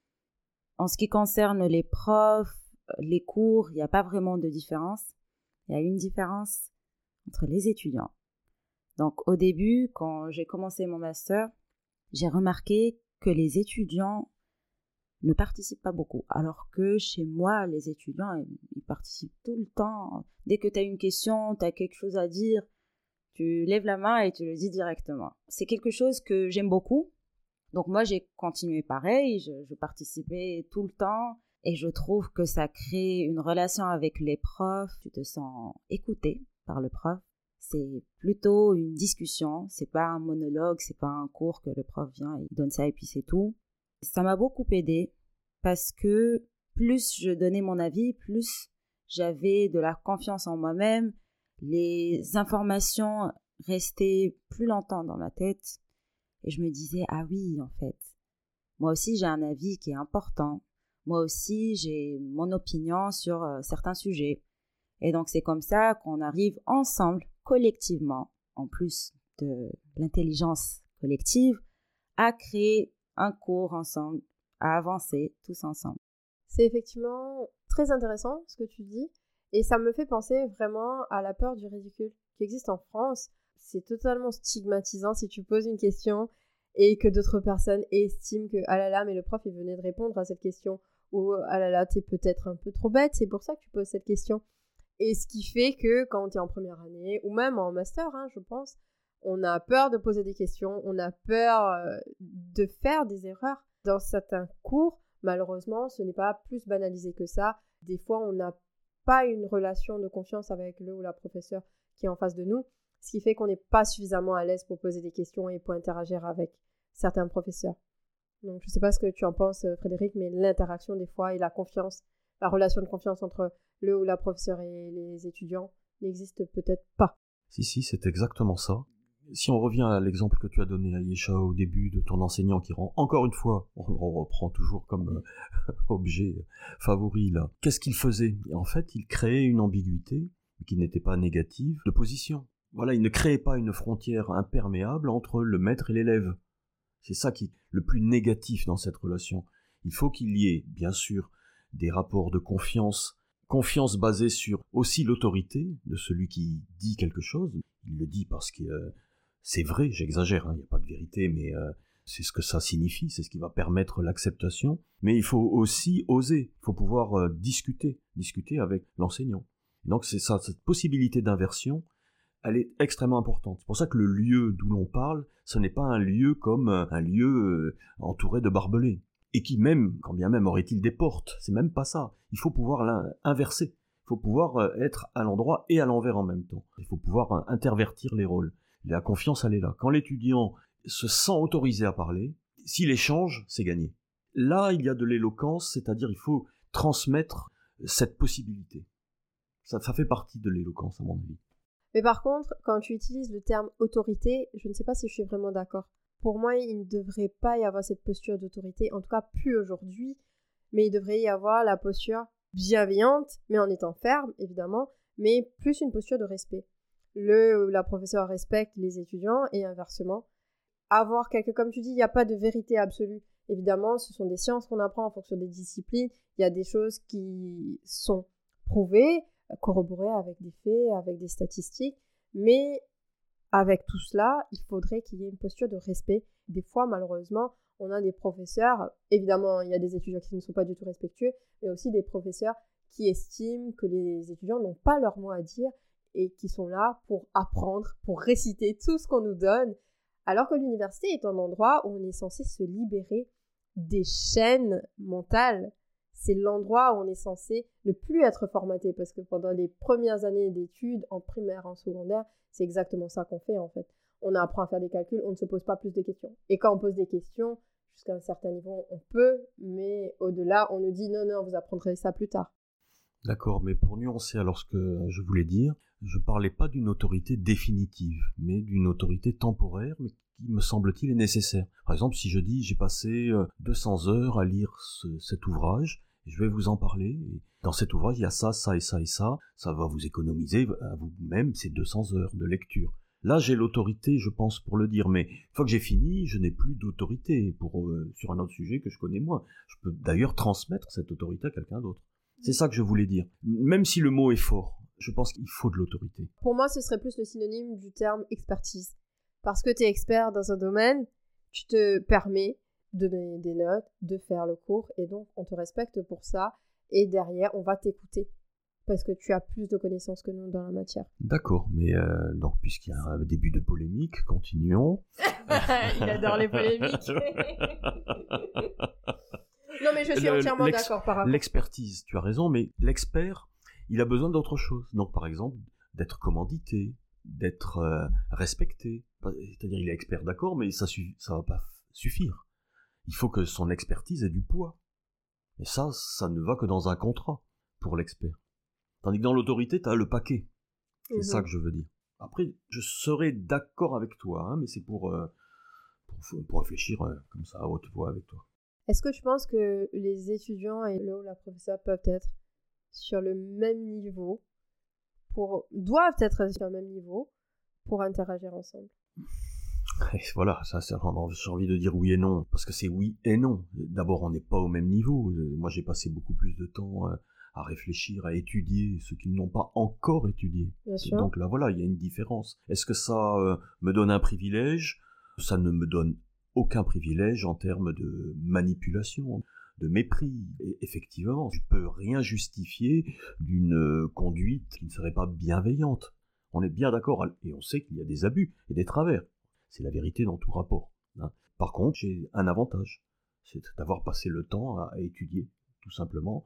Speaker 2: En ce qui concerne les profs, les cours, il n'y a pas vraiment de différence. Il y a une différence entre les étudiants. Donc au début, quand j'ai commencé mon master, j'ai remarqué que les étudiants ne participent pas beaucoup. Alors que chez moi, les étudiants, ils participent tout le temps. Dès que tu as une question, tu as quelque chose à dire, tu lèves la main et tu le dis directement. C'est quelque chose que j'aime beaucoup. Donc moi, j'ai continué pareil, je participais tout le temps et je trouve que ça crée une relation avec les profs. Tu te sens écouté par le prof. C'est plutôt une discussion, c'est pas un monologue, c'est pas un cours que le prof vient et donne ça et puis c'est tout. Ça m'a beaucoup aidée parce que plus je donnais mon avis, plus j'avais de la confiance en moi-même. Les informations restaient plus longtemps dans ma tête et je me disais, ah oui, en fait, moi aussi j'ai un avis qui est important. Moi aussi j'ai mon opinion sur certains sujets. Et donc c'est comme ça qu'on arrive ensemble, collectivement, en plus de l'intelligence collective, à créer un cours ensemble, à avancer tous ensemble.
Speaker 1: C'est effectivement très intéressant ce que tu dis et ça me fait penser vraiment à la peur du ridicule qui existe en France. C'est totalement stigmatisant si tu poses une question et que d'autres personnes estiment que ah là là mais le prof il venait de répondre à cette question ou ah là là t'es peut-être un peu trop bête, c'est pour ça que tu poses cette question. Et ce qui fait que quand tu es en première année, ou même en master, je pense, on a peur de poser des questions, on a peur de faire des erreurs. Dans certains cours, malheureusement, ce n'est pas plus banalisé que ça. Des fois, on n'a pas une relation de confiance avec le ou la professeure qui est en face de nous, ce qui fait qu'on n'est pas suffisamment à l'aise pour poser des questions et pour interagir avec certains professeurs. Donc, je ne sais pas ce que tu en penses, Frédéric, mais l'interaction des fois et la confiance, la relation de confiance entre le ou la professeure et les étudiants n'existe peut-être pas.
Speaker 3: Si, c'est exactement ça. Si on revient à l'exemple que tu as donné à Yesha au début de ton enseignant qui rend, encore une fois, on le reprend toujours comme objet favori là, qu'est-ce qu'il faisait? En fait, il créait une ambiguïté qui n'était pas négative de position. Voilà, il ne créait pas une frontière imperméable entre le maître et l'élève. C'est ça qui est le plus négatif dans cette relation. Il faut qu'il y ait, bien sûr, des rapports de confiance basée sur aussi l'autorité de celui qui dit quelque chose. Il le dit parce que c'est vrai, j'exagère, il n'y a pas de vérité, mais c'est ce que ça signifie, c'est ce qui va permettre l'acceptation. Mais il faut aussi oser, il faut pouvoir discuter avec l'enseignant. Et donc c'est ça, cette possibilité d'inversion, elle est extrêmement importante. C'est pour ça que le lieu d'où l'on parle, ce n'est pas un lieu comme un lieu entouré de barbelés. Et qui même, quand bien même aurait-il des portes, c'est même pas ça. Il faut pouvoir l'inverser. Il faut pouvoir être à l'endroit et à l'envers en même temps. Il faut pouvoir intervertir les rôles. La confiance, elle est là. Quand l'étudiant se sent autorisé à parler, s'il échange, c'est gagné. Là, il y a de l'éloquence, c'est-à-dire il faut transmettre cette possibilité. Ça fait partie de l'éloquence, à mon avis.
Speaker 1: Mais par contre, quand tu utilises le terme autorité, je ne sais pas si je suis vraiment d'accord. Pour moi, il ne devrait pas y avoir cette posture d'autorité, en tout cas plus aujourd'hui, mais il devrait y avoir la posture bienveillante, mais en étant ferme, évidemment, mais plus une posture de respect. La professeure respecte les étudiants et inversement. Avoir comme tu dis, il n'y a pas de vérité absolue. Évidemment, ce sont des sciences qu'on apprend en fonction des disciplines. Il y a des choses qui sont prouvées, corroborées avec des faits, avec des statistiques, mais avec tout cela, il faudrait qu'il y ait une posture de respect. Des fois, malheureusement, on a des professeurs, évidemment, il y a des étudiants qui ne sont pas du tout respectueux, mais aussi des professeurs qui estiment que les étudiants n'ont pas leur mot à dire et qui sont là pour apprendre, pour réciter tout ce qu'on nous donne, alors que l'université est un endroit où on est censé se libérer des chaînes mentales. C'est l'endroit où on est censé ne plus être formaté, parce que pendant les premières années d'études, en primaire, en secondaire, c'est exactement ça qu'on fait en fait. On apprend à faire des calculs, on ne se pose pas plus de questions. Et quand on pose des questions, jusqu'à un certain niveau, on peut, mais au-delà, on nous dit non, vous apprendrez ça plus tard.
Speaker 3: D'accord, mais pour nuancer alors ce que je voulais dire, je parlais pas d'une autorité définitive, mais d'une autorité temporaire, mais qui, me semble-t-il, est nécessaire. Par exemple, si je dis j'ai passé 200 heures à lire cet ouvrage, et je vais vous en parler, et dans cet ouvrage il y a ça, ça et ça et ça va vous économiser à vous-même ces 200 heures de lecture. Là, j'ai l'autorité, je pense, pour le dire, mais une fois que j'ai fini, je n'ai plus d'autorité sur un autre sujet que je connais moins. Je peux d'ailleurs transmettre cette autorité à quelqu'un d'autre. C'est ça que je voulais dire. Même si le mot est fort, je pense qu'il faut de l'autorité.
Speaker 1: Pour moi, ce serait plus le synonyme du terme expertise. Parce que tu es expert dans un domaine, tu te permets de donner des notes, de faire le cours, et donc on te respecte pour ça, et derrière, on va t'écouter. Parce que tu as plus de connaissances que nous dans la matière.
Speaker 3: D'accord, mais donc puisqu'il y a un début de polémique, continuons.
Speaker 1: Il adore les polémiques. Non, mais je suis entièrement d'accord par rapport.
Speaker 3: L'expertise, tu as raison, mais l'expert, il a besoin d'autre chose. Donc, par exemple, d'être commandité, d'être respecté. C'est-à-dire, il est expert, d'accord, mais ça va pas suffire. Il faut que son expertise ait du poids. Et ça ne va que dans un contrat pour l'expert. Tandis que dans l'autorité, tu as le paquet. C'est ça que je veux dire. Après, je serais d'accord avec toi, hein, mais c'est pour réfléchir comme ça à haute voix avec toi.
Speaker 1: Est-ce que tu penses que les étudiants et la professeure peuvent être sur le même niveau, doivent être sur le même niveau pour interagir ensemble?
Speaker 3: Et voilà, ça, j'ai envie de dire oui et non, parce que c'est oui et non. D'abord, on n'est pas au même niveau. Moi, j'ai passé beaucoup plus de temps à réfléchir, à étudier ce qu'ils n'ont pas encore étudié.
Speaker 1: Bien sûr.
Speaker 3: Donc là, voilà, il y a une différence. Est-ce que ça me donne un privilège? Ça ne me donne aucun privilège en termes de manipulation, de mépris. Et effectivement, tu peux rien justifier d'une conduite qui ne serait pas bienveillante. On est bien d'accord, et on sait qu'il y a des abus et des travers. C'est la vérité dans tout rapport. Hein. Par contre, j'ai un avantage, c'est d'avoir passé le temps à étudier, tout simplement.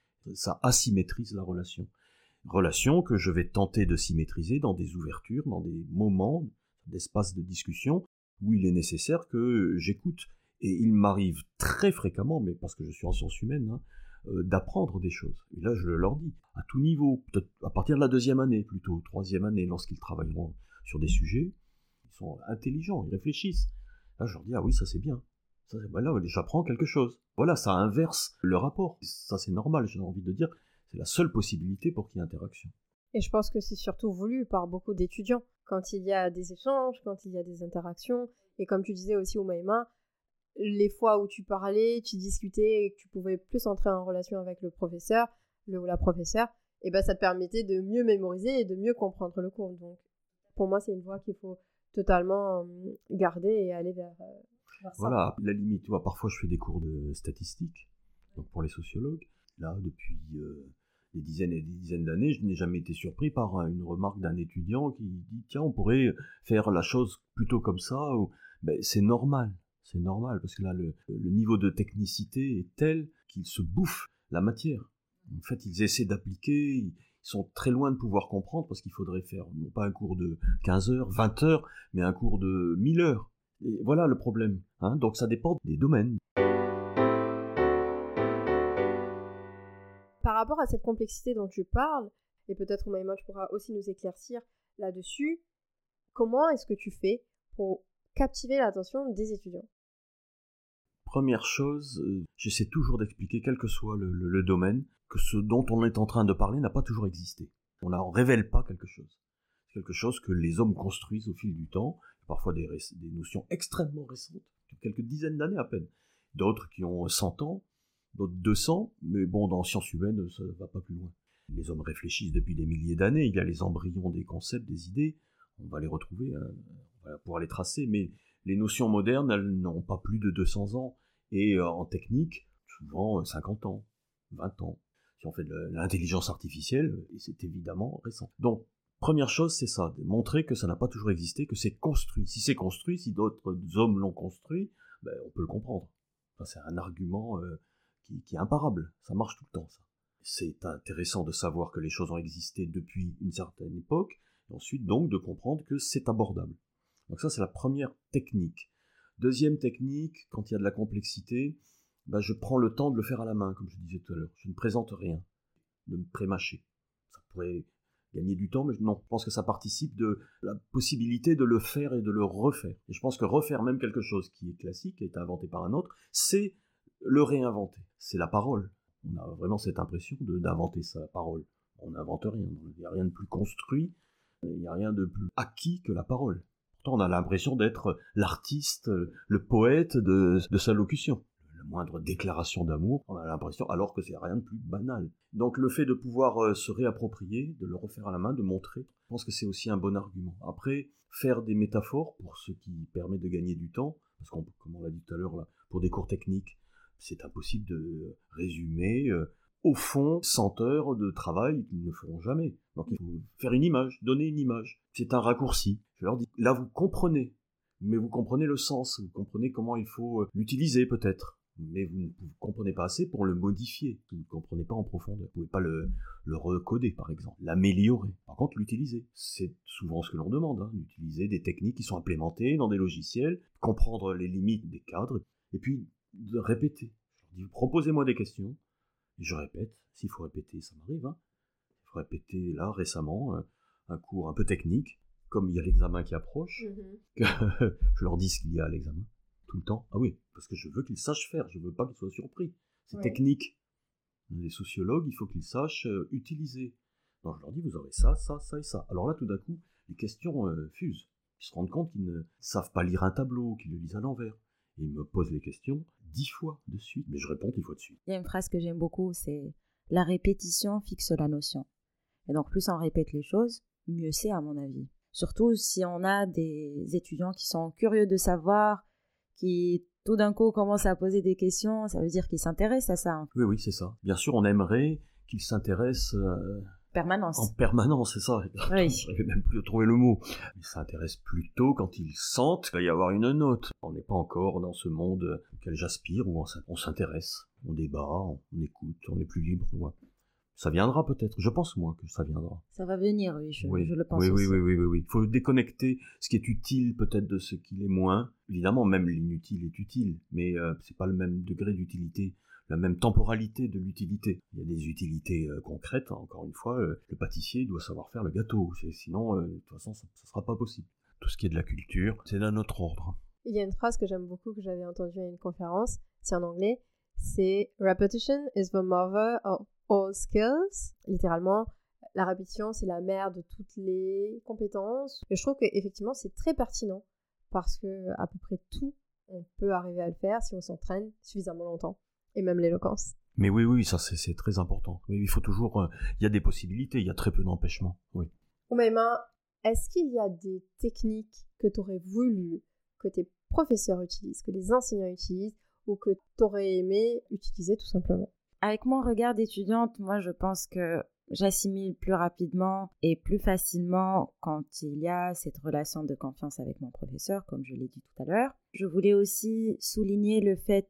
Speaker 3: Ça asymétrise la relation. Relation que je vais tenter de symétriser dans des ouvertures, dans des moments d'espace de discussion, où il est nécessaire que j'écoute. Et il m'arrive très fréquemment, mais parce que je suis en sciences humaines, hein, d'apprendre des choses. Et là, je leur dis, à tout niveau, peut-être à partir de la 2e année, plutôt 3e année, lorsqu'ils travailleront sur des sujets, ils sont intelligents, ils réfléchissent. Là, je leur dis, ah oui, ça c'est bien. Ça, là, j'apprends quelque chose. Voilà, ça inverse le rapport. Ça, c'est normal, j'ai envie de dire. C'est la seule possibilité pour qu'il y ait interaction.
Speaker 1: Et je pense que c'est surtout voulu par beaucoup d'étudiants. Quand il y a des échanges, quand il y a des interactions, et comme tu disais aussi, Oumaima, les fois où tu parlais, tu discutais et que tu pouvais plus entrer en relation avec le professeur, ou la professeure, et ben ça te permettait de mieux mémoriser et de mieux comprendre le cours. Donc, pour moi, c'est une voie qu'il faut totalement garder et aller vers ça.
Speaker 3: Voilà, la limite, tu vois, parfois je fais des cours de statistiques, donc pour les sociologues. Là, depuis des dizaines et des dizaines d'années, je n'ai jamais été surpris par une remarque d'un étudiant qui dit « Tiens, on pourrait faire la chose plutôt comme ça. » Ben, c'est normal, parce que là, le niveau de technicité est tel qu'ils se bouffent la matière. En fait, ils essaient d'appliquer, ils sont très loin de pouvoir comprendre, parce qu'il faudrait faire non pas un cours de 15 heures, 20 heures, mais un cours de 1000 heures. Et voilà le problème. Hein. Donc ça dépend des domaines.
Speaker 1: Par rapport à cette complexité dont tu parles, et peut-être Oumaima, tu pourras aussi nous éclaircir là-dessus, comment est-ce que tu fais pour captiver l'attention des étudiants?
Speaker 3: Première chose, j'essaie toujours d'expliquer, quel que soit le domaine, que ce dont on est en train de parler n'a pas toujours existé. On ne révèle pas quelque chose. C'est quelque chose que les hommes construisent au fil du temps, parfois des notions extrêmement récentes, qui ont quelques dizaines d'années à peine. D'autres qui ont 100 ans, d'autres 200, mais bon, dans sciences humaines, ça ne va pas plus loin. Les hommes réfléchissent depuis des milliers d'années, il y a les embryons des concepts, des idées, on va les retrouver, on va pouvoir les tracer, mais les notions modernes, elles n'ont pas plus de 200 ans, et en technique, souvent 50 ans, 20 ans. Si on fait de l'intelligence artificielle, c'est évidemment récent. Donc, première chose, c'est ça, de montrer que ça n'a pas toujours existé, que c'est construit. Si c'est construit, si d'autres hommes l'ont construit, ben, on peut le comprendre. Enfin, c'est un argument qui est imparable. Ça marche tout le temps, ça. C'est intéressant de savoir que les choses ont existé depuis une certaine époque, et ensuite donc de comprendre que c'est abordable. Donc ça, c'est la première technique. Deuxième technique, quand il y a de la complexité, je prends le temps de le faire à la main, comme je disais tout à l'heure. Je ne présente rien, de me prémâcher. Ça pourrait gagner du temps, mais non, je pense que ça participe de la possibilité de le faire et de le refaire. Et je pense que refaire même quelque chose qui est classique, qui a été inventé par un autre, c'est le réinventer. C'est la parole. On a vraiment cette impression d'inventer sa parole. On n'invente rien. Il n'y a rien de plus construit, il n'y a rien de plus acquis que la parole. Pourtant, on a l'impression d'être l'artiste, le poète de sa locution. La moindre déclaration d'amour, on a l'impression, alors que c'est rien de plus banal. Donc le fait de pouvoir se réapproprier, de le refaire à la main, de montrer, je pense que c'est aussi un bon argument. Après, faire des métaphores, pour ce qui permet de gagner du temps, parce qu'on, comme on l'a dit tout à l'heure, là, pour des cours techniques, c'est impossible de résumer au fond 100 heures de travail qu'ils ne feront jamais. Donc il faut faire une image, donner une image. C'est un raccourci. Je leur dis, là vous comprenez, mais vous comprenez le sens, vous comprenez comment il faut l'utiliser peut-être. Mais vous ne comprenez pas assez pour le modifier. Vous ne comprenez pas en profondeur. Vous ne pouvez pas le recoder, par exemple. L'améliorer. Par contre, l'utiliser. C'est souvent ce que l'on demande, d'utiliser des techniques qui sont implémentées dans des logiciels, comprendre les limites des cadres, et puis de répéter. Je leur dis, proposez-moi des questions, et je répète. S'il faut répéter, ça m'arrive. Il faut répéter, là, récemment, un cours un peu technique, comme il y a l'examen qui approche, que je leur dis ce qu'il y a à l'examen. Tout le temps. Ah oui, parce que je veux qu'ils sachent faire, je veux pas qu'ils soient surpris. C'est technique. Les sociologues, il faut qu'ils sachent utiliser. Donc je leur dis, vous aurez ça, ça, ça et ça. Alors là, tout d'un coup, les questions fusent. Ils se rendent compte qu'ils ne savent pas lire un tableau, qu'ils le lisent à l'envers. Et ils me posent les questions 10 fois de suite, mais je réponds 10 fois de suite.
Speaker 2: Il y a une phrase que j'aime beaucoup, c'est « La répétition fixe la notion ». Et donc plus on répète les choses, mieux c'est à mon avis. Surtout si on a des étudiants qui sont curieux de savoir, qui tout d'un coup commencent à poser des questions, ça veut dire qu'ils s'intéressent à ça.
Speaker 3: Oui, c'est ça. Bien sûr, on aimerait qu'ils s'intéressent en permanence, c'est ça.
Speaker 2: Oui.
Speaker 3: J'arrive même plus à trouver le mot. Ils s'intéressent plutôt quand ils sentent qu'il va y avoir une note. On n'est pas encore dans ce monde auquel j'aspire, où on s'intéresse, on débat, on écoute, on est plus libre. Ouais. Ça viendra peut-être, je pense moi que ça viendra.
Speaker 2: Ça va venir, oui, je le pense aussi.
Speaker 3: Oui. Il faut déconnecter ce qui est utile peut-être de ce qui l'est moins. Évidemment, même l'inutile est utile, mais c'est pas le même degré d'utilité, la même temporalité de l'utilité. Il y a des utilités concrètes, encore une fois, le pâtissier doit savoir faire le gâteau, sinon, de toute façon, ça sera pas possible. Tout ce qui est de la culture, c'est d'un autre ordre.
Speaker 1: Il y a une phrase que j'aime beaucoup, que j'avais entendue à une conférence, c'est en anglais, c'est « Repetition is the mother of all skills ». Littéralement, la répétition, c'est la mère de toutes les compétences. Et je trouve qu'effectivement, c'est très pertinent, parce que à peu près tout, on peut arriver à le faire si on s'entraîne suffisamment longtemps, et même l'éloquence.
Speaker 3: Mais oui, ça c'est très important. Oui, il faut toujours, il y a des possibilités, il y a très peu d'empêchements, oui.
Speaker 1: Oumaima, est-ce qu'il y a des techniques que tu aurais voulu que tes professeurs utilisent, que les enseignants utilisent, ou que tu aurais aimé utiliser tout simplement?
Speaker 2: Avec mon regard d'étudiante, moi je pense que j'assimile plus rapidement et plus facilement quand il y a cette relation de confiance avec mon professeur, comme je l'ai dit tout à l'heure. Je voulais aussi souligner le fait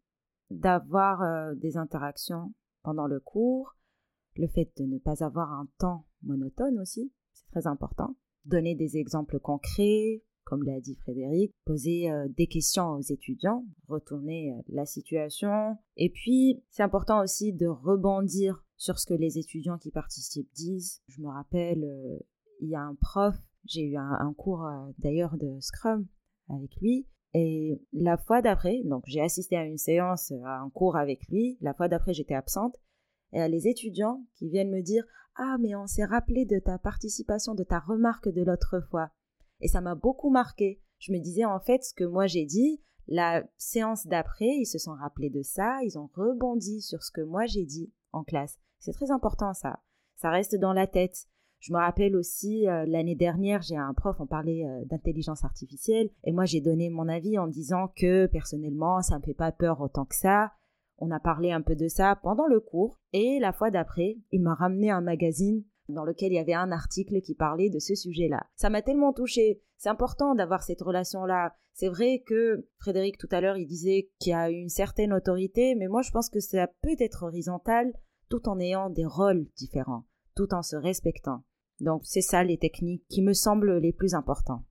Speaker 2: d'avoir des interactions pendant le cours, le fait de ne pas avoir un temps monotone aussi, c'est très important. Donner des exemples concrets, comme l'a dit Frédéric, poser des questions aux étudiants, retourner la situation. Et puis, c'est important aussi de rebondir sur ce que les étudiants qui participent disent. Je me rappelle, il y a un prof, j'ai eu un cours d'ailleurs de Scrum avec lui. Et la fois d'après, donc j'ai assisté à une séance, à un cours avec lui. La fois d'après, j'étais absente. Et il y a les étudiants qui viennent me dire « Ah, mais on s'est rappelé de ta participation, de ta remarque de l'autre fois. » Et ça m'a beaucoup marqué. Je me disais en fait ce que moi j'ai dit, la séance d'après, ils se sont rappelés de ça, ils ont rebondi sur ce que moi j'ai dit en classe. C'est très important ça. Ça reste dans la tête. Je me rappelle aussi, l'année dernière, j'ai un prof, on parlait d'intelligence artificielle, et moi j'ai donné mon avis en disant que personnellement, ça me fait pas peur autant que ça. On a parlé un peu de ça pendant le cours, et la fois d'après, il m'a ramené un magazine dans lequel il y avait un article qui parlait de ce sujet-là. Ça m'a tellement touchée. C'est important d'avoir cette relation-là. C'est vrai que Frédéric, tout à l'heure, il disait qu'il y a une certaine autorité, mais moi, je pense que ça peut être horizontal tout en ayant des rôles différents, tout en se respectant. Donc, c'est ça les techniques qui me semblent les plus importantes.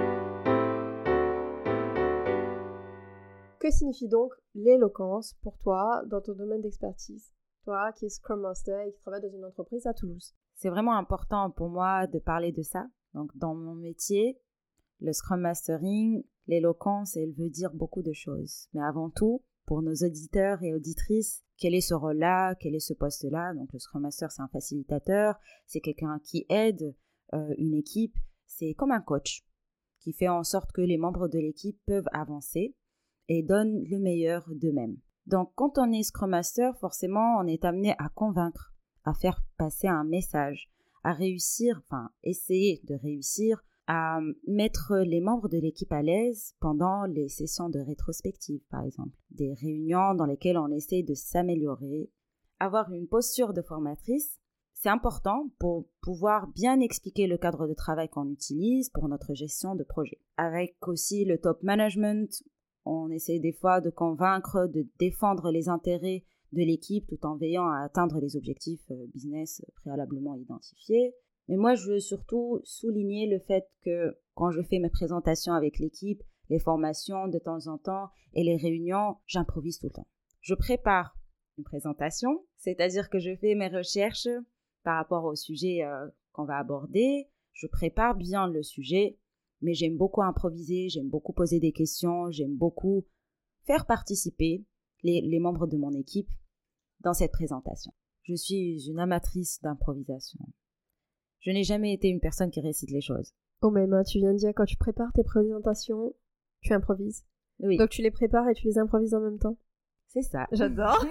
Speaker 1: Que signifie donc l'éloquence pour toi dans ton domaine d'expertise? Toi qui es Scrum Master et qui travaille dans une entreprise à Toulouse.
Speaker 2: C'est vraiment important pour moi de parler de ça. Donc, dans mon métier, le Scrum Mastering, l'éloquence, elle veut dire beaucoup de choses. Mais avant tout, pour nos auditeurs et auditrices, quel est ce rôle-là, quel est ce poste-là? Donc, le Scrum Master, c'est un facilitateur, c'est quelqu'un qui aide une équipe. C'est comme un coach qui fait en sorte que les membres de l'équipe peuvent avancer et donnent le meilleur d'eux-mêmes. Donc, quand on est Scrum Master, forcément, on est amené à convaincre, à faire passer un message, à réussir, essayer de réussir, à mettre les membres de l'équipe à l'aise pendant les sessions de rétrospective, par exemple. Des réunions dans lesquelles on essaie de s'améliorer. Avoir une posture de formatrice, c'est important pour pouvoir bien expliquer le cadre de travail qu'on utilise pour notre gestion de projet. Avec aussi le top management, on essaie des fois de convaincre, de défendre les intérêts de l'équipe tout en veillant à atteindre les objectifs business préalablement identifiés. Mais moi, je veux surtout souligner le fait que quand je fais mes présentations avec l'équipe, les formations de temps en temps et les réunions, j'improvise tout le temps. Je prépare une présentation, c'est-à-dire que je fais mes recherches par rapport au sujet qu'on va aborder. Je prépare bien le sujet. Mais j'aime beaucoup improviser, j'aime beaucoup poser des questions, j'aime beaucoup faire participer les membres de mon équipe dans cette présentation. Je suis une amatrice d'improvisation. Je n'ai jamais été une personne qui récite les choses.
Speaker 1: Oh même, tu viens de dire quand tu prépares tes présentations, tu improvises.
Speaker 2: Oui.
Speaker 1: Donc tu les prépares et tu les improvises en même temps.
Speaker 2: C'est ça.
Speaker 1: J'adore.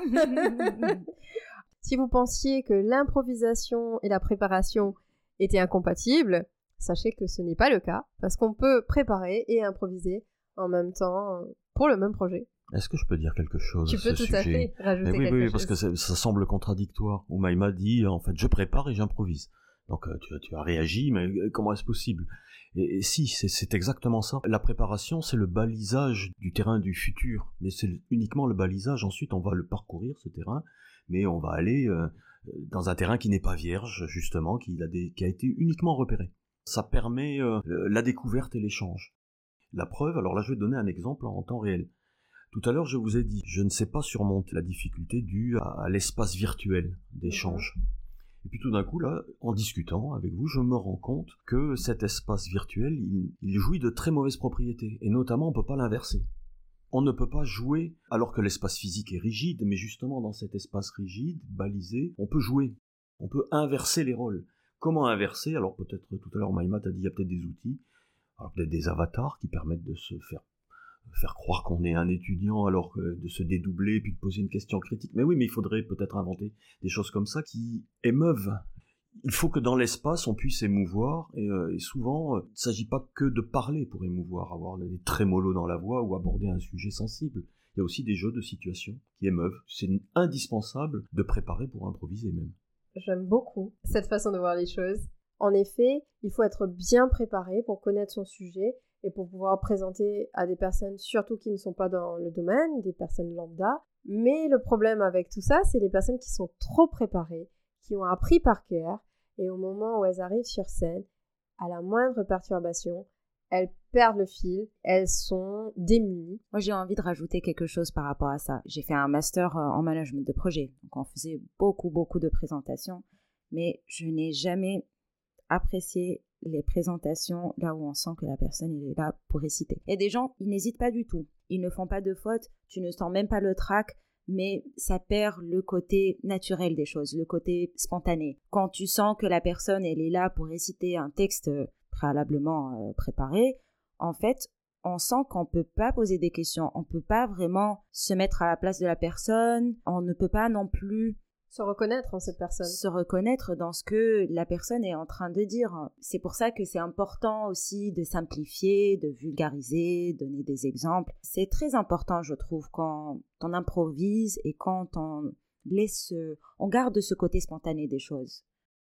Speaker 1: Si vous pensiez que l'improvisation et la préparation étaient incompatibles, sachez que ce n'est pas le cas, parce qu'on peut préparer et improviser en même temps pour le même projet.
Speaker 3: Est-ce que je peux dire quelque chose
Speaker 1: à ce sujet? Tu peux tout à fait rajouter quelque chose.
Speaker 3: Oui, parce que ça semble contradictoire. Oumaima dit, en fait, je prépare et j'improvise. Donc tu as réagi, mais comment est-ce possible? Et si, c'est exactement ça. La préparation, c'est le balisage du terrain du futur, mais c'est uniquement le balisage. Ensuite, on va le parcourir, ce terrain, mais on va aller dans un terrain qui n'est pas vierge, justement, qui a été uniquement repéré. Ça permet la découverte et l'échange. La preuve, alors là je vais donner un exemple en temps réel. Tout à l'heure je vous ai dit, je ne sais pas surmonter la difficulté due à l'espace virtuel d'échange. Et puis tout d'un coup là, en discutant avec vous, je me rends compte que cet espace virtuel, il jouit de très mauvaises propriétés. Et notamment on ne peut pas l'inverser. On ne peut pas jouer alors que l'espace physique est rigide, mais justement dans cet espace rigide, balisé, on peut jouer. On peut inverser les rôles. Comment inverser? Alors peut-être tout à l'heure Maïma t'a dit il y a peut-être des outils, alors peut-être des avatars qui permettent de se faire croire qu'on est un étudiant alors que de se dédoubler puis de poser une question critique. Mais oui, mais il faudrait peut-être inventer des choses comme ça qui émeuvent. Il faut que dans l'espace on puisse émouvoir et souvent il ne s'agit pas que de parler pour émouvoir, avoir des trémolos dans la voix ou aborder un sujet sensible. Il y a aussi des jeux de situation qui émeuvent. C'est indispensable de préparer pour improviser même.
Speaker 1: J'aime beaucoup cette façon de voir les choses. En effet, il faut être bien préparé pour connaître son sujet et pour pouvoir présenter à des personnes, surtout qui ne sont pas dans le domaine, des personnes lambda. Mais le problème avec tout ça, c'est les personnes qui sont trop préparées, qui ont appris par cœur, et au moment où elles arrivent sur scène, à la moindre perturbation, elles perdent le fil, elles sont démunies.
Speaker 2: Moi, j'ai envie de rajouter quelque chose par rapport à ça. J'ai fait un master en management de projet, donc on faisait beaucoup de présentations, mais je n'ai jamais apprécié les présentations là où on sent que la personne est là pour réciter. Et des gens, ils n'hésitent pas du tout. Ils ne font pas de fautes, tu ne sens même pas le trac, mais ça perd le côté naturel des choses, le côté spontané. Quand tu sens que la personne, elle est là pour réciter un texte préalablement préparé, en fait, on sent qu'on ne peut pas poser des questions, on ne peut pas vraiment se mettre à la place de la personne, on ne peut pas non plus
Speaker 1: se reconnaître en cette personne.
Speaker 2: Se reconnaître dans ce que la personne est en train de dire. C'est pour ça que c'est important aussi de simplifier, de vulgariser, donner des exemples. C'est très important, je trouve, quand on improvise et quand on garde ce côté spontané des choses.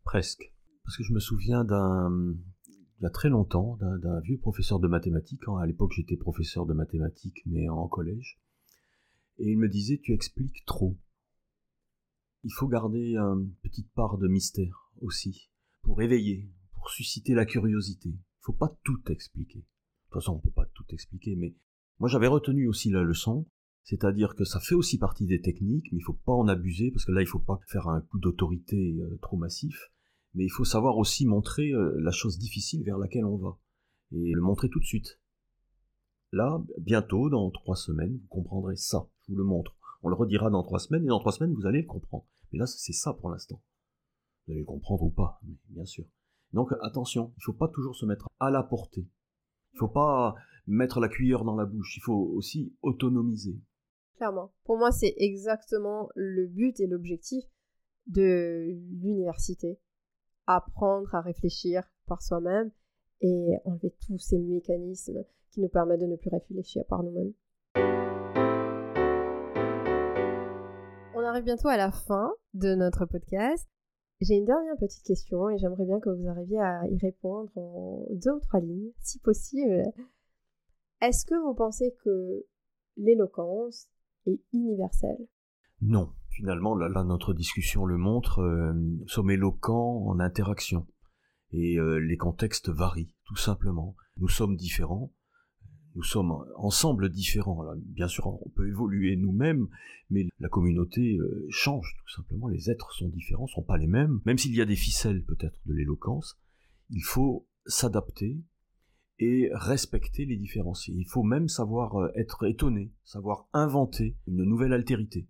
Speaker 3: Presque. Parce que je me souviens il y a très longtemps, d'un vieux professeur de mathématiques. À l'époque, j'étais professeur de mathématiques, mais en collège. Et il me disait, tu expliques trop. Il faut garder une petite part de mystère aussi, pour éveiller, pour susciter la curiosité. Il ne faut pas tout expliquer. De toute façon, on ne peut pas tout expliquer, mais moi j'avais retenu aussi la leçon, c'est-à-dire que ça fait aussi partie des techniques, mais il ne faut pas en abuser, parce que là, il ne faut pas faire un coup d'autorité trop massif, mais il faut savoir aussi montrer la chose difficile vers laquelle on va, et le montrer tout de suite. Là, bientôt, dans 3 semaines, vous comprendrez ça, je vous le montre. On le redira dans 3 semaines, et dans 3 semaines, vous allez le comprendre. Mais là, c'est ça pour l'instant. Vous allez le comprendre ou pas, mais bien sûr. Donc, attention, il ne faut pas toujours se mettre à la portée. Il ne faut pas mettre la cuillère dans la bouche, il faut aussi autonomiser.
Speaker 1: Clairement. Pour moi, c'est exactement le but et l'objectif de l'université. Apprendre à réfléchir par soi-même et enlever tous ces mécanismes qui nous permettent de ne plus réfléchir par nous-mêmes. On arrive bientôt à la fin de notre podcast. J'ai une dernière petite question et j'aimerais bien que vous arriviez à y répondre en 2 ou 3 lignes, si possible. Est-ce que vous pensez que l'éloquence est universelle ?
Speaker 3: Non. Finalement, là, notre discussion le montre, nous sommes éloquents en interaction. Et les contextes varient, tout simplement. Nous sommes différents. Nous sommes ensemble différents. Alors, bien sûr, on peut évoluer nous-mêmes, mais la communauté change, tout simplement. Les êtres sont différents, ne sont pas les mêmes. Même s'il y a des ficelles, peut-être, de l'éloquence, il faut s'adapter et respecter les différences. Il faut même savoir être étonné, savoir inventer une nouvelle altérité.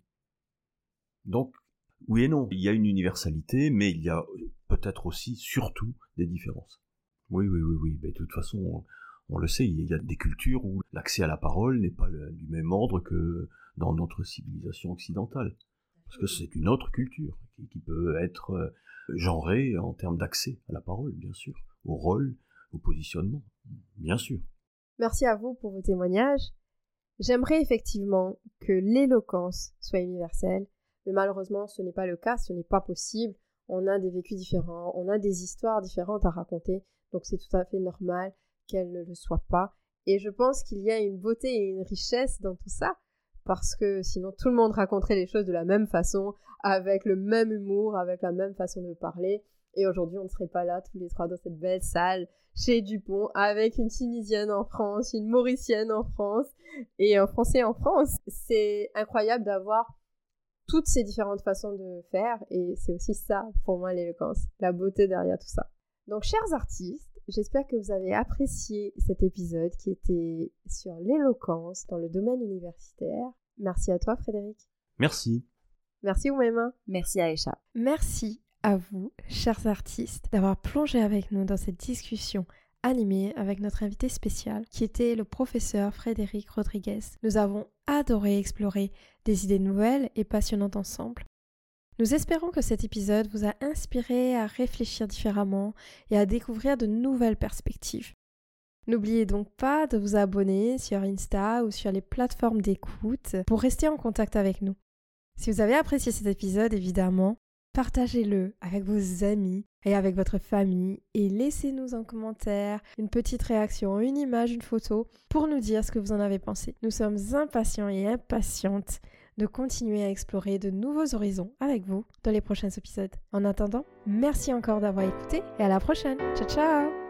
Speaker 3: Donc, oui et non, il y a une universalité, mais il y a peut-être aussi, surtout, des différences. Oui, mais de toute façon, on le sait, il y a des cultures où l'accès à la parole n'est pas du même ordre que dans notre civilisation occidentale. Parce que c'est une autre culture qui peut être genrée en termes d'accès à la parole, bien sûr, au rôle, au positionnement, bien sûr.
Speaker 1: Merci à vous pour vos témoignages. J'aimerais effectivement que l'éloquence soit universelle, mais malheureusement, ce n'est pas le cas, ce n'est pas possible. On a des vécus différents, on a des histoires différentes à raconter, donc c'est tout à fait normal qu'elle ne le soit pas. Et je pense qu'il y a une beauté et une richesse dans tout ça, parce que sinon tout le monde raconterait les choses de la même façon, avec le même humour, avec la même façon de parler. Et aujourd'hui, on ne serait pas là tous les 3 dans cette belle salle chez Dupont, avec une Tunisienne en France, une Mauricienne en France, et un Français en France. C'est incroyable d'avoir toutes ces différentes façons de faire, et c'est aussi ça, pour moi, l'éloquence, la beauté derrière tout ça. Donc, chers artistes, j'espère que vous avez apprécié cet épisode qui était sur l'éloquence dans le domaine universitaire. Merci à toi, Frédéric.
Speaker 3: Merci.
Speaker 1: Merci, Oumaima.
Speaker 2: Merci, Aïcha.
Speaker 1: Merci à vous, chers artistes, d'avoir plongé avec nous dans cette discussion animée avec notre invité spécial, qui était le professeur Frédéric Rodriguez. Nous avons adoré explorer des idées nouvelles et passionnantes ensemble. Nous espérons que cet épisode vous a inspiré à réfléchir différemment et à découvrir de nouvelles perspectives. N'oubliez donc pas de vous abonner sur Insta ou sur les plateformes d'écoute pour rester en contact avec nous. Si vous avez apprécié cet épisode, évidemment, partagez-le avec vos amis et avec votre famille et laissez-nous en commentaire une petite réaction, une image, une photo pour nous dire ce que vous en avez pensé. Nous sommes impatients et impatientes de continuer à explorer de nouveaux horizons avec vous dans les prochains épisodes. En attendant, merci encore d'avoir écouté et à la prochaine. Ciao ciao!